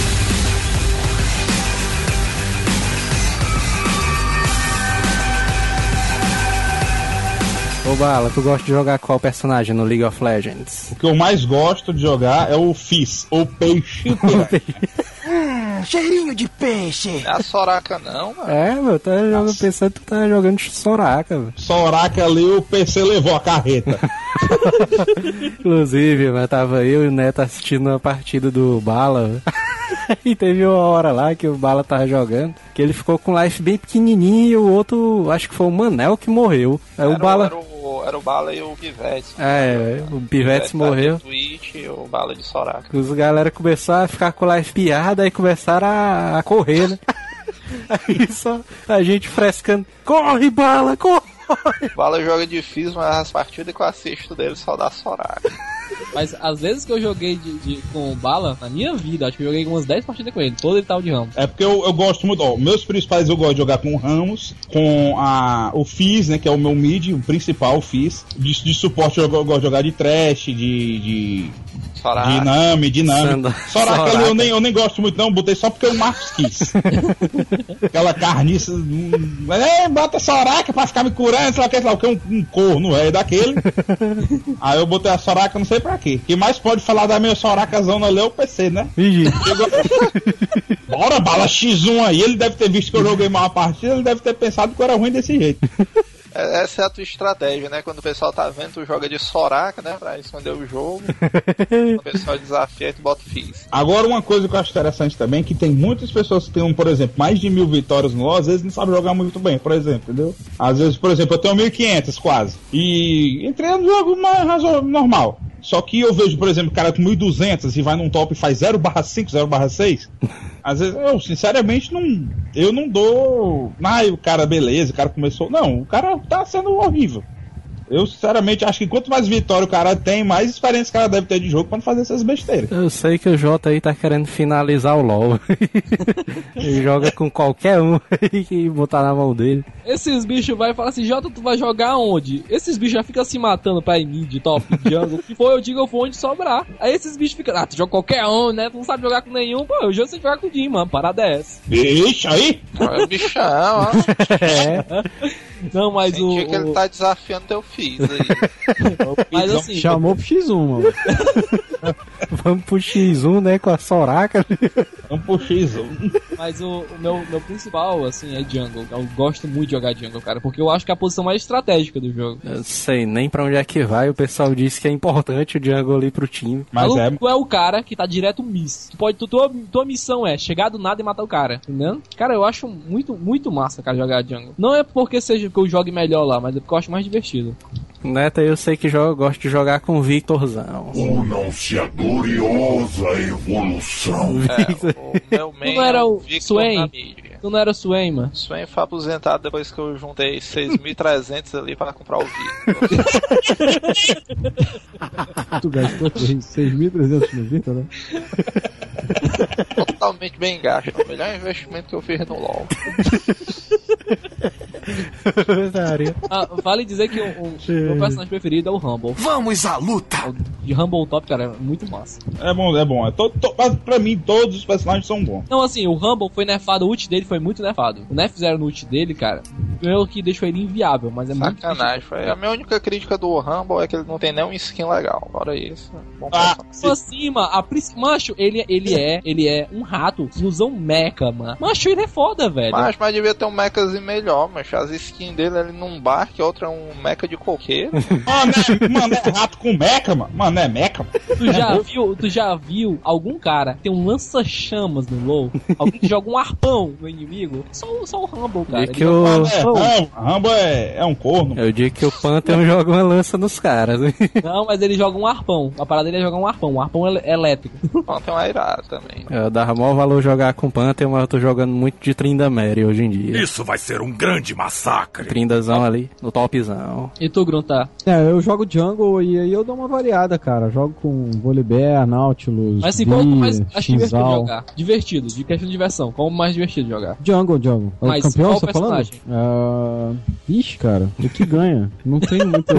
Ô Bala, tu gosta de jogar qual personagem no League of Legends? O que eu mais gosto de jogar é o Fizz, ou Peixe. Cheirinho de peixe. Não é a Soraka não, mano. Meu, pensando que tu tá jogando de Soraka, velho. Soraka ali, o PC levou a carreta. Inclusive, mas tava eu e o Neto assistindo uma partida do Bala, e teve uma hora lá que o Bala tava jogando, que ele ficou com life bem pequenininho e o outro, acho que foi o Manel que morreu. Aí o Bala... Era o Bala e o Pivete. O Pivete morreu. Twitch e o Bala de Soraka. Os galera começaram a ficar com life piada e começaram a correr, né? Aí só a gente frescando. Corre, Bala, corre! O Bala joga difícil, mas as partidas que eu assisto dele só dá Soraka. Mas às vezes que eu joguei com o Bala, na minha vida, acho que eu joguei umas 10 partidas com ele, todo ele tava de Ramos. É porque eu gosto muito, meus principais eu gosto de jogar com o Ramos, com o Fizz, né, que é o meu mid, o principal, o Fizz. De suporte eu gosto de jogar de Thresh, de Dinâmico. Soraka ali eu nem gosto muito não, botei só porque o Marcos quis. Aquela carniça, bota Soraka pra ficar me curando, sei lá o que, um corno, daquele. Aí eu botei a Soraka, não sei pra quê. Quem mais pode falar da minha Sorakazão ali é o PC, né? Bora, bala X1 aí, ele deve ter visto que eu joguei mal a partida, ele deve ter pensado que eu era ruim desse jeito. Essa é a tua estratégia, né? Quando o pessoal tá vendo, tu joga de Soraka, né? Pra esconder o jogo. O pessoal desafia e tu bota Fizz. Agora, uma coisa que eu acho interessante também, que tem muitas pessoas que tem, por exemplo, mais de 1000 vitórias no LoL, às vezes não sabem jogar muito bem, por exemplo, entendeu? Às vezes, por exemplo, eu tenho 1500 quase. E entrei no jogo mais normal. Só que eu vejo, por exemplo, o cara com 1200 e vai num top e faz 0/5, 0/6. Às vezes, eu sinceramente não dou. O cara, beleza, o cara começou. Não, o cara tá sendo horrível. Eu sinceramente acho que quanto mais vitória o cara tem, mais experiência o cara deve ter de jogo pra não fazer essas besteiras. Eu sei que o Jota aí tá querendo finalizar o LoL. Ele joga com qualquer um e botar na mão dele. Esses bichos vai falar assim, Jota, tu vai jogar onde? Esses bichos já ficam se matando pra mid, top, jungle. Se for, eu vou onde sobrar. Aí esses bichos ficam, tu joga qualquer um, né? Tu não sabe jogar com nenhum. Pô, eu já sei jogar com o Jim, mano. Parada é essa. Bicho, aí? É o bichão, ó. Não, mas Senti que ele tá desafiando teu Fizz aí. Mas assim... Chamou pro X1, mano. Vamos pro X1, né, com a Soraka. Vamos pro X1. Mas o meu principal, assim, é jungle. Eu gosto muito de jogar jungle, cara, porque eu acho que é a posição mais estratégica do jogo. Eu sei nem pra onde é que vai, o pessoal disse que é importante o jungle ali pro time. Mas tu é o cara que tá direto miss. Tua missão é chegar do nada e matar o cara, entendeu? Cara, eu acho muito, muito massa, cara, jogar jungle. Não é porque seja que eu jogue melhor lá, mas é porque eu acho mais divertido. Neta, eu sei que gosto de jogar com o Victorzão. Una gloriosa evolução. O meu main não era o Victor Swain? Tu não era o Swain, mano? Swain foi aposentado depois que eu juntei 6.300 ali pra comprar o Victor. Tu gastou 6.300 no Victor, né? Totalmente bem gasto. O melhor investimento que eu fiz no LoL. Vale dizer que o meu personagem preferido é o Rumble. Vamos à luta! De Rumble Top, cara, é muito massa. É bom. Pra mim, todos os personagens são bons. Não, assim, o Rumble foi nerfado, o ult dele foi muito nerfado. O nerf zero no ult dele, cara, é o que deixou ele inviável, mas é muito... Sacanagem. Foi a minha única crítica do Rumble é que ele não tem nenhum skin legal. Fora isso, bom acima, macho, ele é um rato, ilusão mecha, mano. Macho, ele é foda, velho. Mas devia ter um mechazinho melhor, mas as skins dele ali num barco, outra é um mecha de coqueiro. Mano, é rato com mecha, mano. Mano, é mecha. Tu já viu algum cara que tem um lança-chamas no LoL? Alguém que joga um arpão no inimigo? Só o Rumble, cara. Rumble é um corno. Eu digo que o Pantheon joga uma lança nos caras. Não, mas ele joga um arpão. A parada dele é jogar um arpão elétrico. O Pantheon é irado também. Eu dava maior valor jogar com o Pantheon, mas eu tô jogando muito de Tryndamere hoje em dia. Isso vai ser um grande massacre. Trindazão ali, no topzão. E tu, Gruntar? Eu jogo jungle e aí eu dou uma variada, cara. Jogo com Volibear, Nautilus, mas assim, qual mais acho divertido jogar? Divertido, de questão de diversão. Qual mais divertido jogar? Jungle. Mas campeão, qual você tá falando? Ixi, cara, o que ganha? Não tem muito...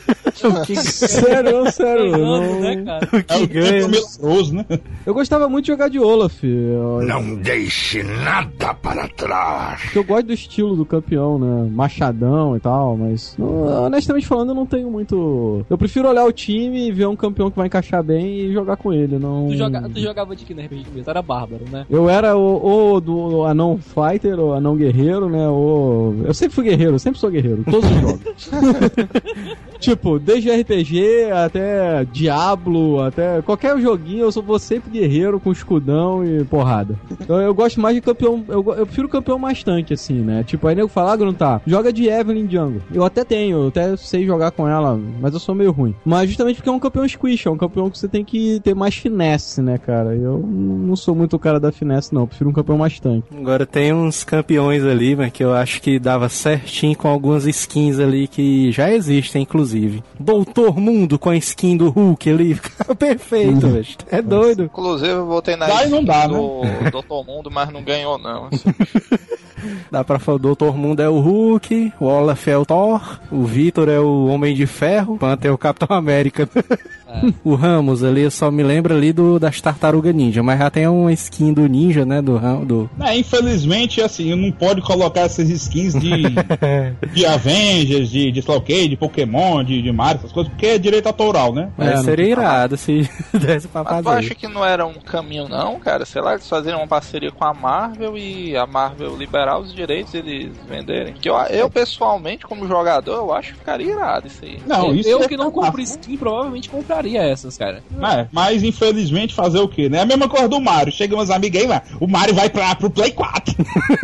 Sério. Não, né, cara? O que ganha? Né? Eu gostava muito de jogar de Olaf. Não deixe nada para trás. Porque eu gosto do estilo do campeão, né? Machadão e tal, mas honestamente falando, eu não tenho muito... Eu prefiro olhar o time e ver um campeão que vai encaixar bem e jogar com ele, não... Tu jogava de que na RPG mesmo? Era bárbaro, né? Eu era o do anão fighter, ou anão guerreiro, né? Eu sempre fui guerreiro, sempre sou guerreiro, todos os jogos. Tipo, desde RPG até Diablo, até qualquer joguinho, eu vou sempre guerreiro com escudão e porrada. Então eu gosto mais de campeão, eu prefiro campeão mais tanque, assim, né? Tipo, aí nego fala, Gruntar, joga de Evelynn Jungle. Eu até sei jogar com ela, mas eu sou meio ruim. Mas justamente porque é um campeão squish, é um campeão que você tem que ter mais finesse, né, cara? Eu não sou muito o cara da finesse, não. Eu prefiro um campeão mais tanque. Agora tem uns campeões ali, mas que eu acho que dava certinho com algumas skins ali que já existem, inclusive. Doutor Mundo com a skin do Hulk ali, fica perfeito, velho. É doido. Inclusive eu voltei na skin do Doutor Mundo, mas não ganhou não. Assim. Dá pra falar, o Doutor Mundo é o Hulk, o Olaf é o Thor, o Victor é o Homem de Ferro, o Panther é o Capitão América. O Ramos ali, eu só me lembro ali das Tartarugas Ninja, mas já tem uma skin do Ninja, né, do... Infelizmente, assim, não pode colocar essas skins de Avengers, de sei lá o quê, de Pokémon, de Mario, essas coisas, porque é direito autoral, né? Mas seria irado se desse pra fazer. Mas tu acha que não era um caminho não, cara? Sei lá, eles fazerem uma parceria com a Marvel e a Marvel liberar os direitos e eles venderem? Que eu pessoalmente, como jogador, eu acho que ficaria irado isso aí. Não, eu que não compro skin, provavelmente compraria essas, cara. Mas infelizmente fazer o quê, né? A mesma coisa do Mario. Chega umas amigas aí, o Mario vai pro Play 4.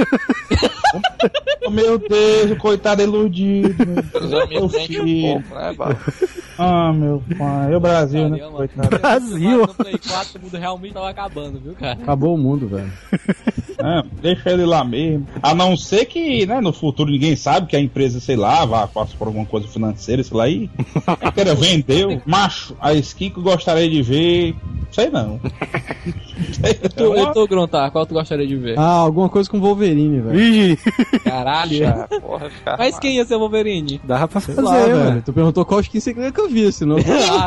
Oh, meu Deus, o coitado iludido. Meu filho. Meu pai. O Brasil, né? Coitado. Brasil. No Play 4 o mundo realmente tava acabando, viu, cara? Acabou o mundo, velho. Deixa ele lá mesmo. A não ser que, né, no futuro ninguém sabe que a empresa, sei lá, passa por alguma coisa financeira, sei lá, e queira vender. Macho, a skin que eu gostaria de ver, sei não. Eu tô Gruntar, qual tu gostaria de ver? Alguma coisa com Wolverine, velho. Caralho. Porra, mas quem ia ser Wolverine? Dava pra fazer, lá, velho. Tu perguntou qual skin você queria que eu visse, não?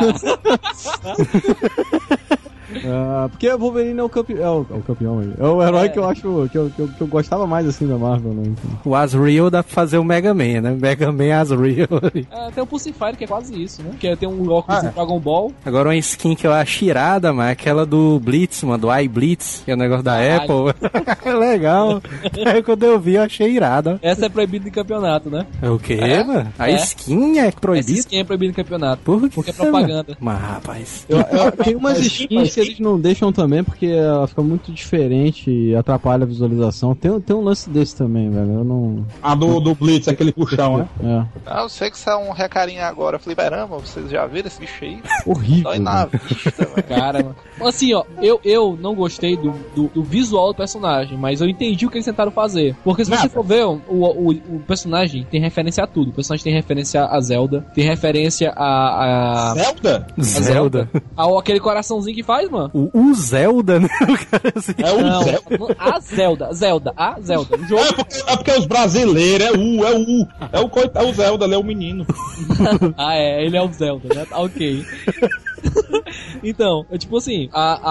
Porque o Wolverine é o campeão. É o campeão aí. É o herói que eu acho que eu gostava mais assim da Marvel, né? O Azrael dá pra fazer o Mega Man, né? Mega Man Azrael. Tem o Pulsifire, que é quase isso, né? Que tem um óculos de Dragon Ball. Agora uma skin que eu acho irada, mas é aquela do Blitz, mano, do iBlitz, que é o negócio da Apple. Legal. Aí quando eu vi, eu achei irada. Essa é proibida em campeonato, né? É o quê, mano? A skin é proibida? Essa skin é proibida em campeonato. Porque é propaganda. Mas, rapaz... Tem umas skins que eles não deixam também, porque ela fica muito diferente e atrapalha a visualização. Tem um lance desse também, velho. Eu não... do Blitz, aquele puxão, né? Eu sei que isso é um recarinho agora. Fliperama, vocês já viram esse bicho aí? Horrível. Dói na vista, velho. Cara, mano. Assim, ó, eu não gostei do visual do personagem, mas eu entendi o que eles tentaram fazer. Porque se você for ver, o personagem tem referência a tudo. O personagem tem referência a Zelda, tem referência a Zelda? Zelda? Aquele coraçãozinho que faz, mano. O Zelda, né? O cara assim. A Zelda. O jogo. É porque os brasileiros é o Zelda, ele é o menino. Ele é o Zelda, né? Ok. Então, tipo assim,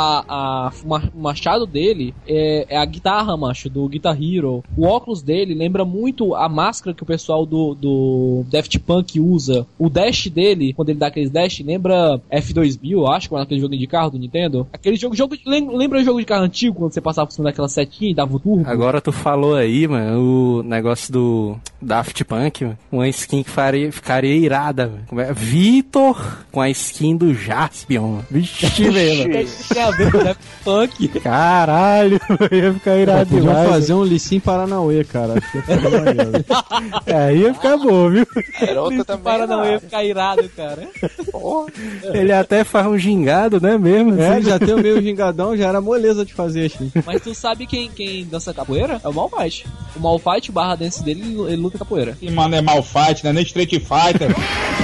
o machado dele é a guitarra, macho, do Guitar Hero. O óculos dele lembra muito a máscara que o pessoal do Daft Punk usa. O dash dele, quando ele dá aqueles dash, lembra F2000, acho, quando aquele jogo de carro do Nintendo. Aquele jogo lembra o jogo de carro antigo, quando você passava por cima daquela setinha e dava o turbo? Agora tu falou aí, mano, o negócio do Daft Punk, mano, uma skin que ficaria irada, mano. Vitor com a skin do Jaspion, mano. Vixe, velho. Tem a ver com Daft Punk. Caralho, ia ficar irado demais. Podia fazer um Lissim Paranauê, cara. Acho que ia ficar maneiro. Ia ficar bom, viu? Lissim Paranauê ia ficar irado, cara. Porra. Ele até faz um gingado, né, mesmo? Assim. Já tem o meio gingadão, já era moleza de fazer, assim. Mas tu sabe quem dança capoeira? É o Malphite. O Malphite, o barra dance dele, ele luta capoeira. E, mano, é Malphite, né? Nem Street Fighter.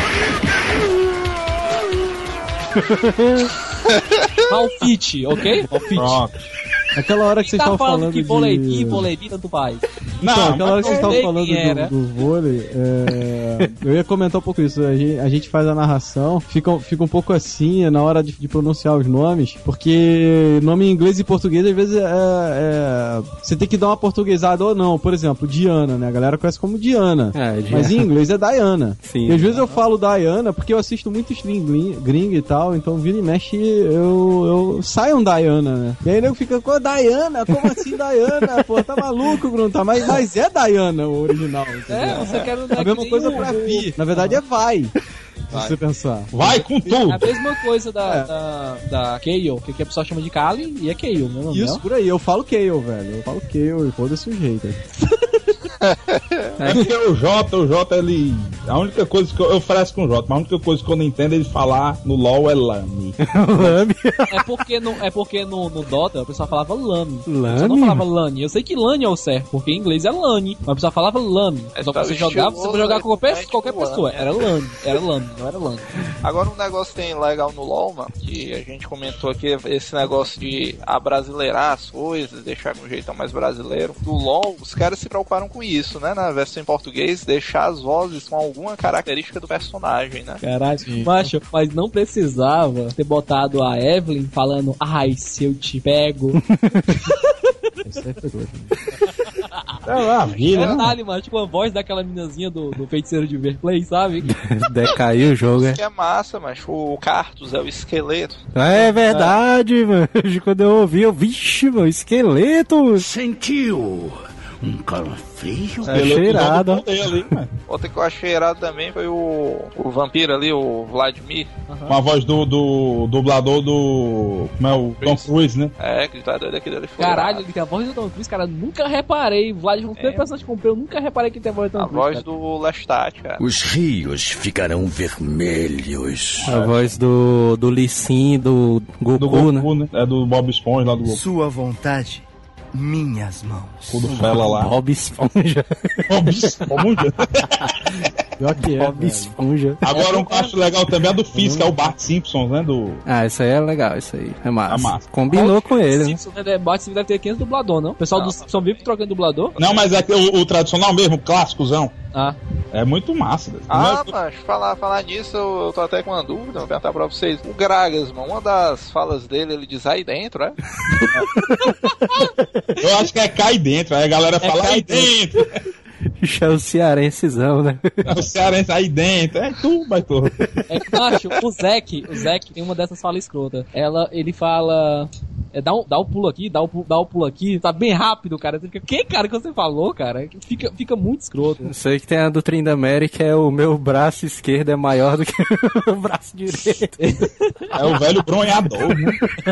Malfit, ok? Malfit. Aquela hora que vocês estavam falando que boletim, tanto faz. Então, aquela hora que vocês estavam falando do vôlei, eu ia comentar um pouco isso. A gente faz a narração, fica um pouco assim na hora de pronunciar os nomes, porque nome em inglês e português às vezes você tem que dar uma portuguesada ou não. Por exemplo, Diana, né? A galera conhece como Diana, mas em inglês é Diana. Sim. E às vezes eu falo Diana porque eu assisto muito stream gringo e tal, então vira e mexe eu saio um Diana, né? E aí eu fico com Diana, como assim Diana? Pô, tá maluco, Gruntar? Mas é Diana o original. Entendeu? Você quer a mesma coisa pra Vi. Na verdade é vai. Se você pensar. Vai com tudo! A mesma coisa da Kayle, que a pessoa chama de Kali e é Kayle, né? Isso, por aí. Eu falo Kayle, velho. Eu falo Kayle e foda-se o jeito. É porque o Jota, ele... A única coisa que eu ofereço com o Jota, mas a única coisa que eu não entendo é ele falar no LoL é Lame. Lame. É porque no Dota o pessoal falava Lame. O Lame? pessoal não falava Lane. Eu sei que Lane é o certo, porque em inglês é Lane. Mas o pessoal falava Lame. Só que você jogar com qualquer pessoa. Era Lame, não era Lane. Agora um negócio que tem legal no LoL, mano, que a gente comentou aqui, esse negócio de abrasileirar as coisas, deixar de um jeitão mais brasileiro. No LoL, os caras se preocuparam com isso, né? Na versão em português, deixar as vozes com alguma característica do personagem, né? Caralho, macho, mas não precisava ter botado a Evelyn falando, ai, se eu te pego. Isso aí foi doido. É lá, vida. Detalhe, mano, tipo a voz daquela minazinha do Feiticeiro de Verplay, sabe? Decaiu o jogo, Isso que é massa, mas o Cartus é o esqueleto. É verdade, mano. Quando eu ouvi, vixe, mano, esqueleto. Sentiu um calafrio? É cheirado. Outra que eu achei cheirado também foi o vampiro ali, o Vladimir. Com a voz do dublador do... Como é o Tom Cruise, né? É, que tá doido aqui dele. Caralho, ele tem a voz do Tom Cruise, cara, nunca reparei. Vladimir, foi o personagem que comprei, eu nunca reparei que ele tem a voz do Tom Cruise. A voz do Lestat, cara. Os rios ficarão vermelhos. A voz do Lee Sin, do Goku, né? É do Bob Esponja lá do Goku. Sua vontade, minhas mãos. O do Fela lá. Bob Esponja. Bob Esponja. Pior que é, Bob Esponja. Agora um que eu acho legal também é do Fizz, que é o Bart Simpson, né? Ah, isso aí é legal, isso aí. É massa. É massa. Combinou com ele, né? Simpson, Bart Simpson deve ter 500 dublador, não? O pessoal do Simpson vive trocando dublador? Não, mas é o tradicional mesmo, o clássicozão. Ah. É muito massa. Mas falar nisso, eu tô até com uma dúvida, vou perguntar pra vocês. O Gragas, mano, uma das falas dele, ele diz aí dentro, é? Eu acho que é cai dentro, aí a galera fala aí dentro. É o cearensezão, né? É o cearense aí dentro, é tu, baitola. É que eu acho, o Zeke tem uma dessas falas escrotas. Ele fala... dá um pulo aqui, dá um pulo aqui, tá bem rápido, cara. Você fica, que cara que você falou, cara? Fica muito escroto. Eu sei que tem a do Trindamere, que é o meu braço esquerdo é maior do que o braço direito. É o velho bronhador, né?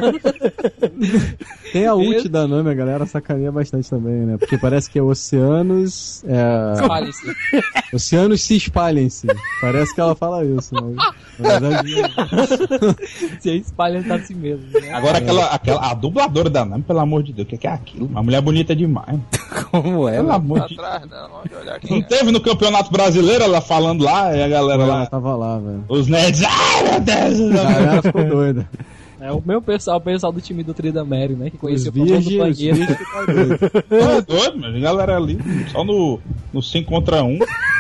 Tem a ult da Nami, a galera sacaneia bastante também, né? Porque parece que é Oceanos... Espalhem-se. Oceanos se espalhem-se. Parece que ela fala isso, mas... Na verdade... Se espalha, tá assim mesmo, né? Agora a dubladora da Nami, pelo amor de Deus, o que é aquilo? Uma mulher bonita demais. Como é? Pelo amor de Deus. Não teve no Campeonato Brasileiro ela falando lá, e a galera lá... Ela tava lá, velho. Os nerds... Ai, meu Deus! A galera ficou doida. É o meu pessoal, o pessoal do time do Tridamere, né? Que conhecia o famoso banheiro. É doido, mano. A galera ali, só no 5 contra 1.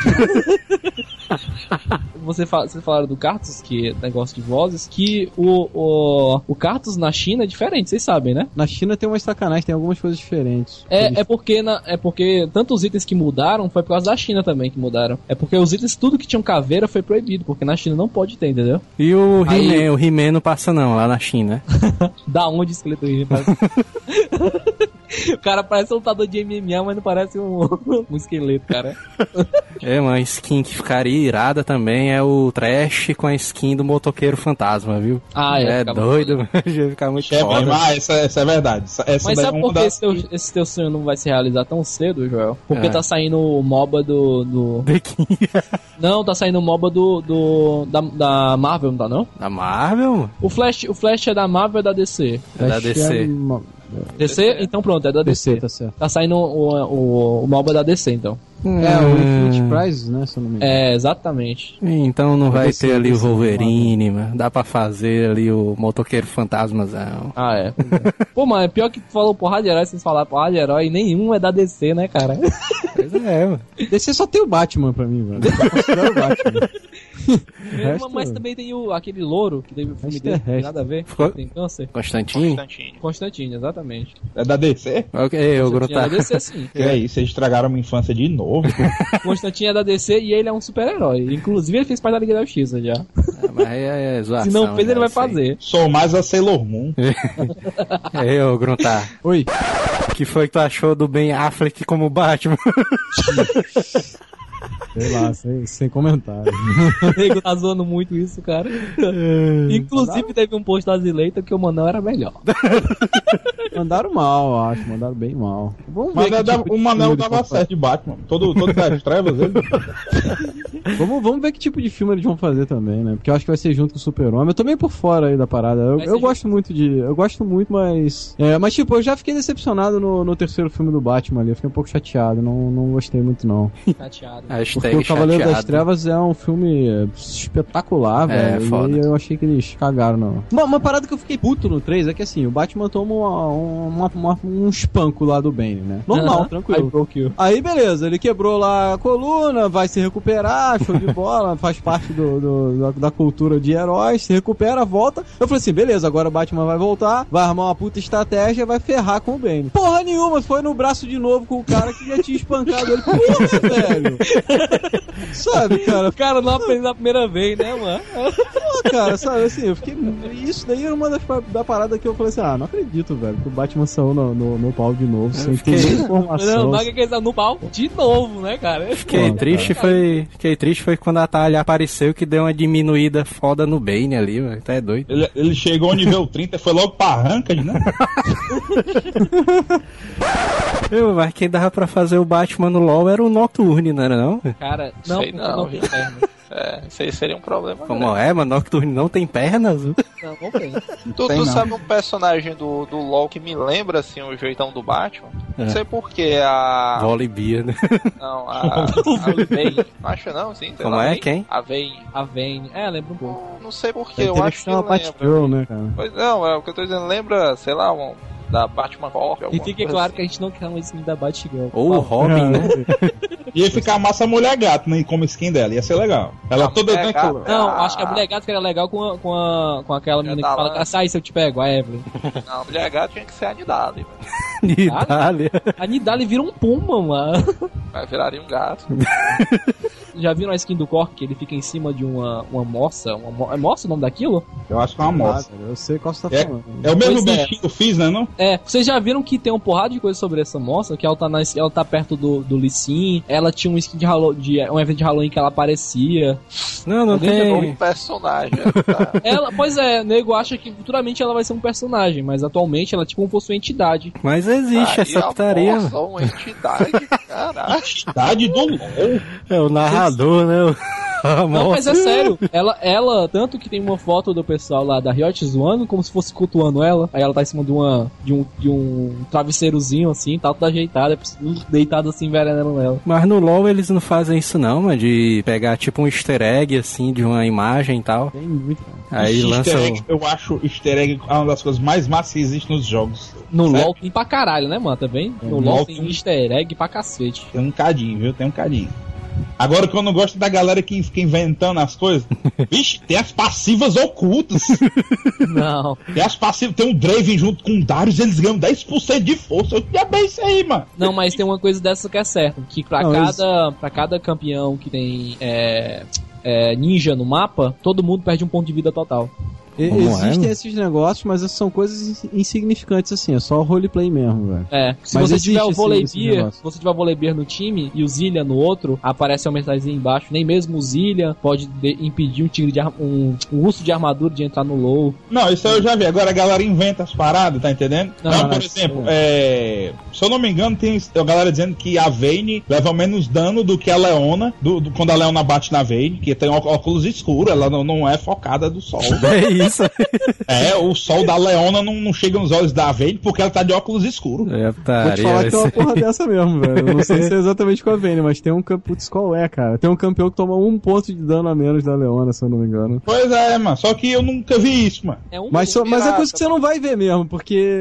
Vocês falaram do Cartus, que é negócio de vozes, que o Cartus na China é diferente, vocês sabem, né? Na China tem umas sacanagens, tem algumas coisas diferentes. É porque tanto os itens que mudaram foi por causa da China também que mudaram. É porque os itens, tudo que tinham caveira foi proibido, porque na China não pode ter, entendeu? E o He-Man não passa não, lá na China. Da onde o esqueleto He-Man passa? O cara parece um lutador de MMA, mas não parece um esqueleto, cara. Uma skin que ficaria irada também é o Trash com a skin do motoqueiro fantasma, viu? Ah, é doido, vai ficar muito foda. Mas essa é verdade. Mas sabe por que esse teu sonho não vai se realizar tão cedo, Joel? Porque tá saindo o MOBA do... Não, tá saindo o MOBA da Marvel, não tá não? Da Marvel? O Flash é da Marvel ou é da DC? É da DC. DC? Então pronto, é da DC. Tá certo. Tá saindo o MOBA da DC, então. O Infinite Prize, né, se eu não me engano. Exatamente. Então não vai ter ali o Wolverine, mano. Dá pra fazer ali o motoqueiro fantasmazão. Ah, é. Pô, mano, pior que tu falou porrada de herói, vocês falaram porrada de herói, e nenhum é da DC, né, cara? Pois é, mano. DC só tem o Batman pra mim, mano. Eu considero o Batman. Mas também tem aquele louro que teve o filme dele, não tem nada a ver. Tem câncer. Constantine, exatamente. É da DC? Ok, eu gruntar. É da DC, sim. Que é isso, vocês estragaram minha infância de novo. Constantine é da DC e ele é um super-herói. Inclusive ele fez parte da Liga da Justiça já. Mas é zoação. Se não fez, ele vai fazer. Sou mais a Sailor Moon. Eu gruntar. Oi. O que foi que tu achou do Ben Affleck como Batman? Sei lá, sem comentário. O nego tá zoando muito isso, cara. Inclusive teve um post das eleitas que o Manel era melhor. Mandaram mal, acho. Mandaram bem mal. Mas o Manel dava certo de Batman. Todo das trevas, ele. Vamos ver que tipo de filme eles vão fazer também, né? Porque eu acho que vai ser junto com o Super-Homem. Eu tô meio por fora aí da parada. Eu gosto muito Eu gosto muito, mas... mas tipo, eu já fiquei decepcionado no terceiro filme do Batman ali. Eu fiquei um pouco chateado. Não gostei muito, não. Chateado. Porque o Cavaleiro das Trevas é um filme espetacular, velho. Foda. E eu achei que eles cagaram, não. Uma parada que eu fiquei puto no 3 é que assim, o Batman toma um espanco lá do Bane, né? Normal, tranquilo. Aí beleza, ele quebrou lá a coluna, vai se recuperar, show de bola, faz parte da cultura de heróis, se recupera, volta. Eu falei assim, beleza, agora o Batman vai voltar, vai armar uma puta estratégia, vai ferrar com o Bane. Porra nenhuma, foi no braço de novo com o cara que já tinha espancado ele. Porra, velho! Sabe, cara? O cara não aprendeu na primeira vez, né, mano? Pô, cara, sabe, assim, eu fiquei... Isso daí era uma da parada que eu falei assim, não acredito, velho, que o Batman saiu no pau de novo, sem ter informação. Não é que ele saiu no pau de novo, né, cara? Fiquei triste foi quando a Talia apareceu que deu uma diminuída foda no Bane ali, velho. Tá doido. Ele chegou ao nível 30 e foi logo pra Ranked, né? Mas quem dava pra fazer o Batman no LoL era o Nocturne, não era não? Cara, não tem perna. Isso aí seria um problema. Como grande. Mas Nocturne não tem pernas? Não tem. Tu sabe um personagem do LoL que me lembra, assim, o jeitão do Batman? Não sei porquê, a... Volibear, né? Não, a Vayne. Acho não, sim. Como é? Quem? A Vayne. Lembra um pouco. Não sei porquê, eu acho que é uma Batgirl, né, cara? Pois não, é o que eu tô dizendo, lembra, sei lá, da Batman Corp. E fique claro que a gente não quer uma skin da Batgirl. Ou o Robin, né? Ia ficar massa a Mulher Gato, né, como skin dela, ia ser legal. Ela toda... Não, acho que a Mulher Gato que era legal com aquela menina que fala que sai se eu te pego, a Evelyn. Não, a Mulher Gato tinha que ser a Nidalee. Nidalee? A Nidalee vira um puma, mano. Vai viraria um gato. Já viram a skin do Cork que ele fica em cima de uma moça? É moça o nome daquilo? Eu acho que é uma moça. Eu sei qual você tá falando. É o mesmo bichinho que eu fiz, né, não? Vocês já viram que tem uma porrada de coisa sobre essa moça? Que ela tá perto do Lee Sin. Ela tinha um skin um evento de Halloween que ela aparecia. Não tem. Um personagem. Tá? Pois é, nego acha que futuramente ela vai ser um personagem, mas atualmente ela é tipo como fosse uma entidade. Mas existe essa putaria. Nossa, uma entidade, caralho. Entidade do LoL. É o narrador, né? Não, mas é sério. Ela, tanto que tem uma foto do pessoal lá da Riot zoando, como se fosse cultuando ela. Aí ela tá em cima de um travesseirozinho assim, tá toda ajeitada, deitada assim, envenenando ela. Mas no LoL eles não fazem isso não, mano, de pegar tipo um easter egg assim, de uma imagem e tal. Tem muito. Aí lança eu acho easter egg uma das coisas mais massas que existem nos jogos. No LoL tem pra caralho, né, mano? Também? No LoL tem easter egg pra cacete. Tem um cadinho, viu? Tem um cadinho. Agora, o que eu não gosto da galera que fica inventando as coisas. Vixe, tem as passivas ocultas. Não. Tem as passivas, tem um Draven junto com o Darius, eles ganham 10% de força. Eu já bem isso aí, mano. Não, mas tem uma coisa dessa que é certa. Que pra cada campeão que tem ninja no mapa, todo mundo perde um ponto de vida total. Existem esses negócios, mas são coisas insignificantes assim, é só roleplay mesmo, velho. Se você tiver o Volibear no time e o Zillian no outro, aparece uma mensagenzinha embaixo, nem mesmo o Zillian pode impedir um urso de armadura de entrar no low. Não, isso aí eu já vi, agora a galera inventa as paradas, tá entendendo? Por exemplo, se eu não me engano, tem a galera dizendo que a Vayne leva menos dano do que a Leona, quando a Leona bate na Vayne, que tem óculos escuros, ela não é focada do sol. Isso. O sol da Leona não chega nos olhos da Vayne porque ela tá de óculos escuros. Vou te falar que tem uma porra dessa mesmo, velho. Eu não sei se é exatamente com a Vayne, mas tem um putz, qual é, cara? Tem um campeão que toma 1 ponto de dano a menos da Leona, se eu não me engano. Pois é, mano. Só que eu nunca vi isso, mano. Mas é coisa que você não vai ver mesmo, porque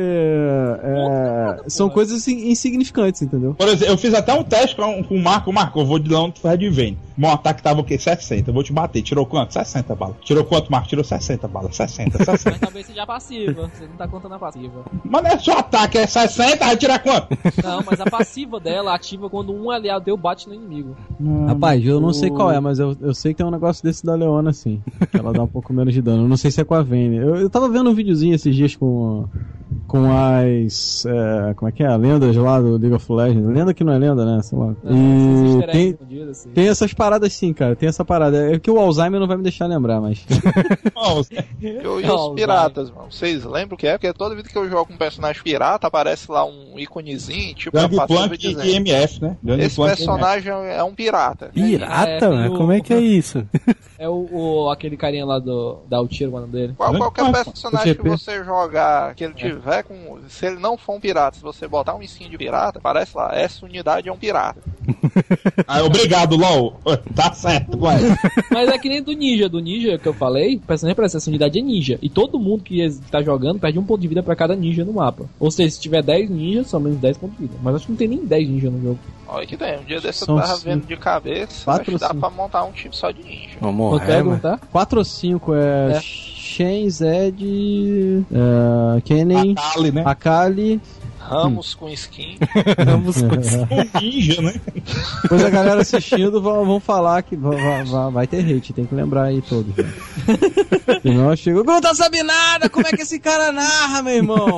são coisas insignificantes, entendeu? Por exemplo, eu fiz até um teste com o Marco. Marco, eu vou de Leona, tu faz de Vayne. Meu ataque tava o quê? 60. Eu vou te bater. Tirou quanto? 60 balas. Tirou quanto, Marco? Tirou 60 balas. 60. Mas talvez seja passiva. Você não tá contando a passiva. Mas é só ataque, é 60, vai tirar quanto? Não, mas a passiva dela ativa quando um aliado deu bate no inimigo. Rapaz, eu não sei qual é, mas eu sei que tem um negócio desse da Leona, assim. Que ela dá um pouco menos de dano. Eu não sei se é com a Vayne. Eu tava vendo um videozinho esses dias com com as... como é que é? Lendas lá do League of Legends. Lenda que não é lenda, né? Sei lá. E tem essas paradas sim, cara. Tem essa parada. É que o Alzheimer não vai me deixar lembrar, mas... E os piratas, mano. Vocês lembram o que é? Porque toda vez que eu jogo um personagem pirata, aparece lá um íconezinho, tipo... Gangplank e MF, né? Esse personagem é um pirata. Pirata, mano? Como é que é isso? É aquele carinha lá da Altiro, o nome dele. Qualquer personagem que você jogar, que ele tiver com... Se ele não for um pirata, se você botar um skin de pirata, parece lá, essa unidade é um pirata. Obrigado, LOL. Tá certo, ué. Mas é que nem do ninja que eu falei, o personagem parece essa unidade é ninja. E todo mundo que tá jogando perde 1 ponto de vida pra cada ninja no mapa. Ou seja, se tiver 10 ninjas, são menos 10 pontos de vida. Mas acho que não tem nem 10 ninjas no jogo. Olha que tem, um dia desse eu tava vendo de cabeça, acho que dá pra montar um time só de ninja. Vamos lá, 4 ou 5 Shen, Zed, Kennen, Akali, né? Akali. Ramos com skin. Ramos com skin. Ninja, né? Depois a galera assistindo vão falar que vai ter hate, tem que lembrar aí todos. E nós chegamos, não tá sabendo nada, como é que esse cara narra, meu irmão?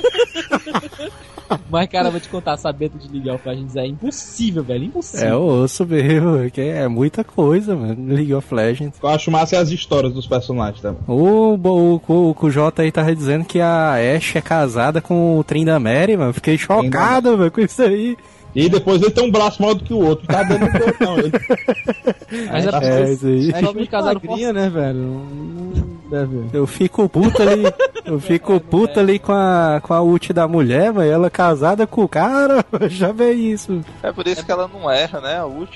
Mas, cara, eu vou te contar, sabendo de League of Legends é impossível, velho, impossível. É osso mesmo, que é muita coisa, mano, League of Legends. Eu acho massa as histórias dos personagens também. O Jota aí tava dizendo que a Ashe é casada com o Tryndamere, mano, fiquei chocado, velho, com isso aí. E depois ele tem um braço maior do que o outro, tá dando não. Ele... Mas isso aí. É muito magrinha, né, velho? Não deve. Eu fico puto ali com a ult da mulher, mas ela casada com o cara, já vê isso. É por isso que ela não erra, né, a ult.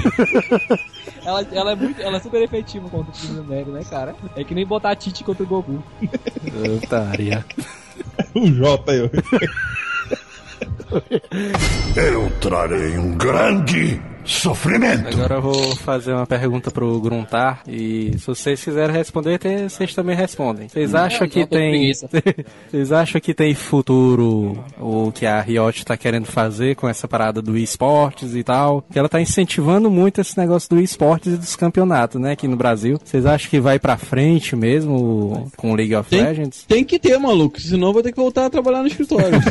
ela é super efetiva contra o Tryndamere, né, cara? É que nem botar a Titi contra o Goku. Otária. O Jota aí. Eu trarei um grande sofrimento. Agora eu vou fazer uma pergunta pro Gruntar e se vocês quiserem responder, vocês também respondem. Vocês acham que tem futuro o que a Riot tá querendo fazer com essa parada do esportes e tal? Que ela tá incentivando muito esse negócio do esportes e dos campeonatos, né, aqui no Brasil. Vocês acham que vai pra frente mesmo com League of Legends? Tem que ter, maluco, senão vou ter que voltar a trabalhar no escritório.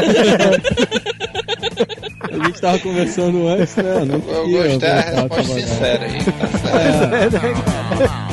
A gente tava conversando antes, né? Eu gostei da resposta sincera aí. Tá certo.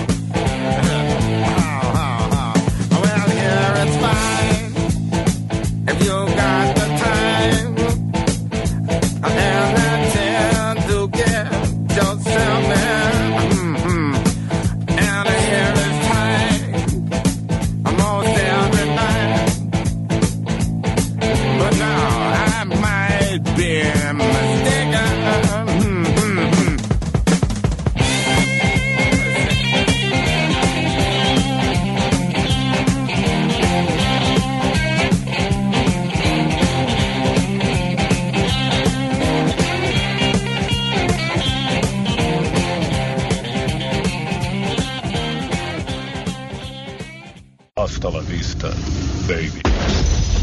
Hasta la vista, baby.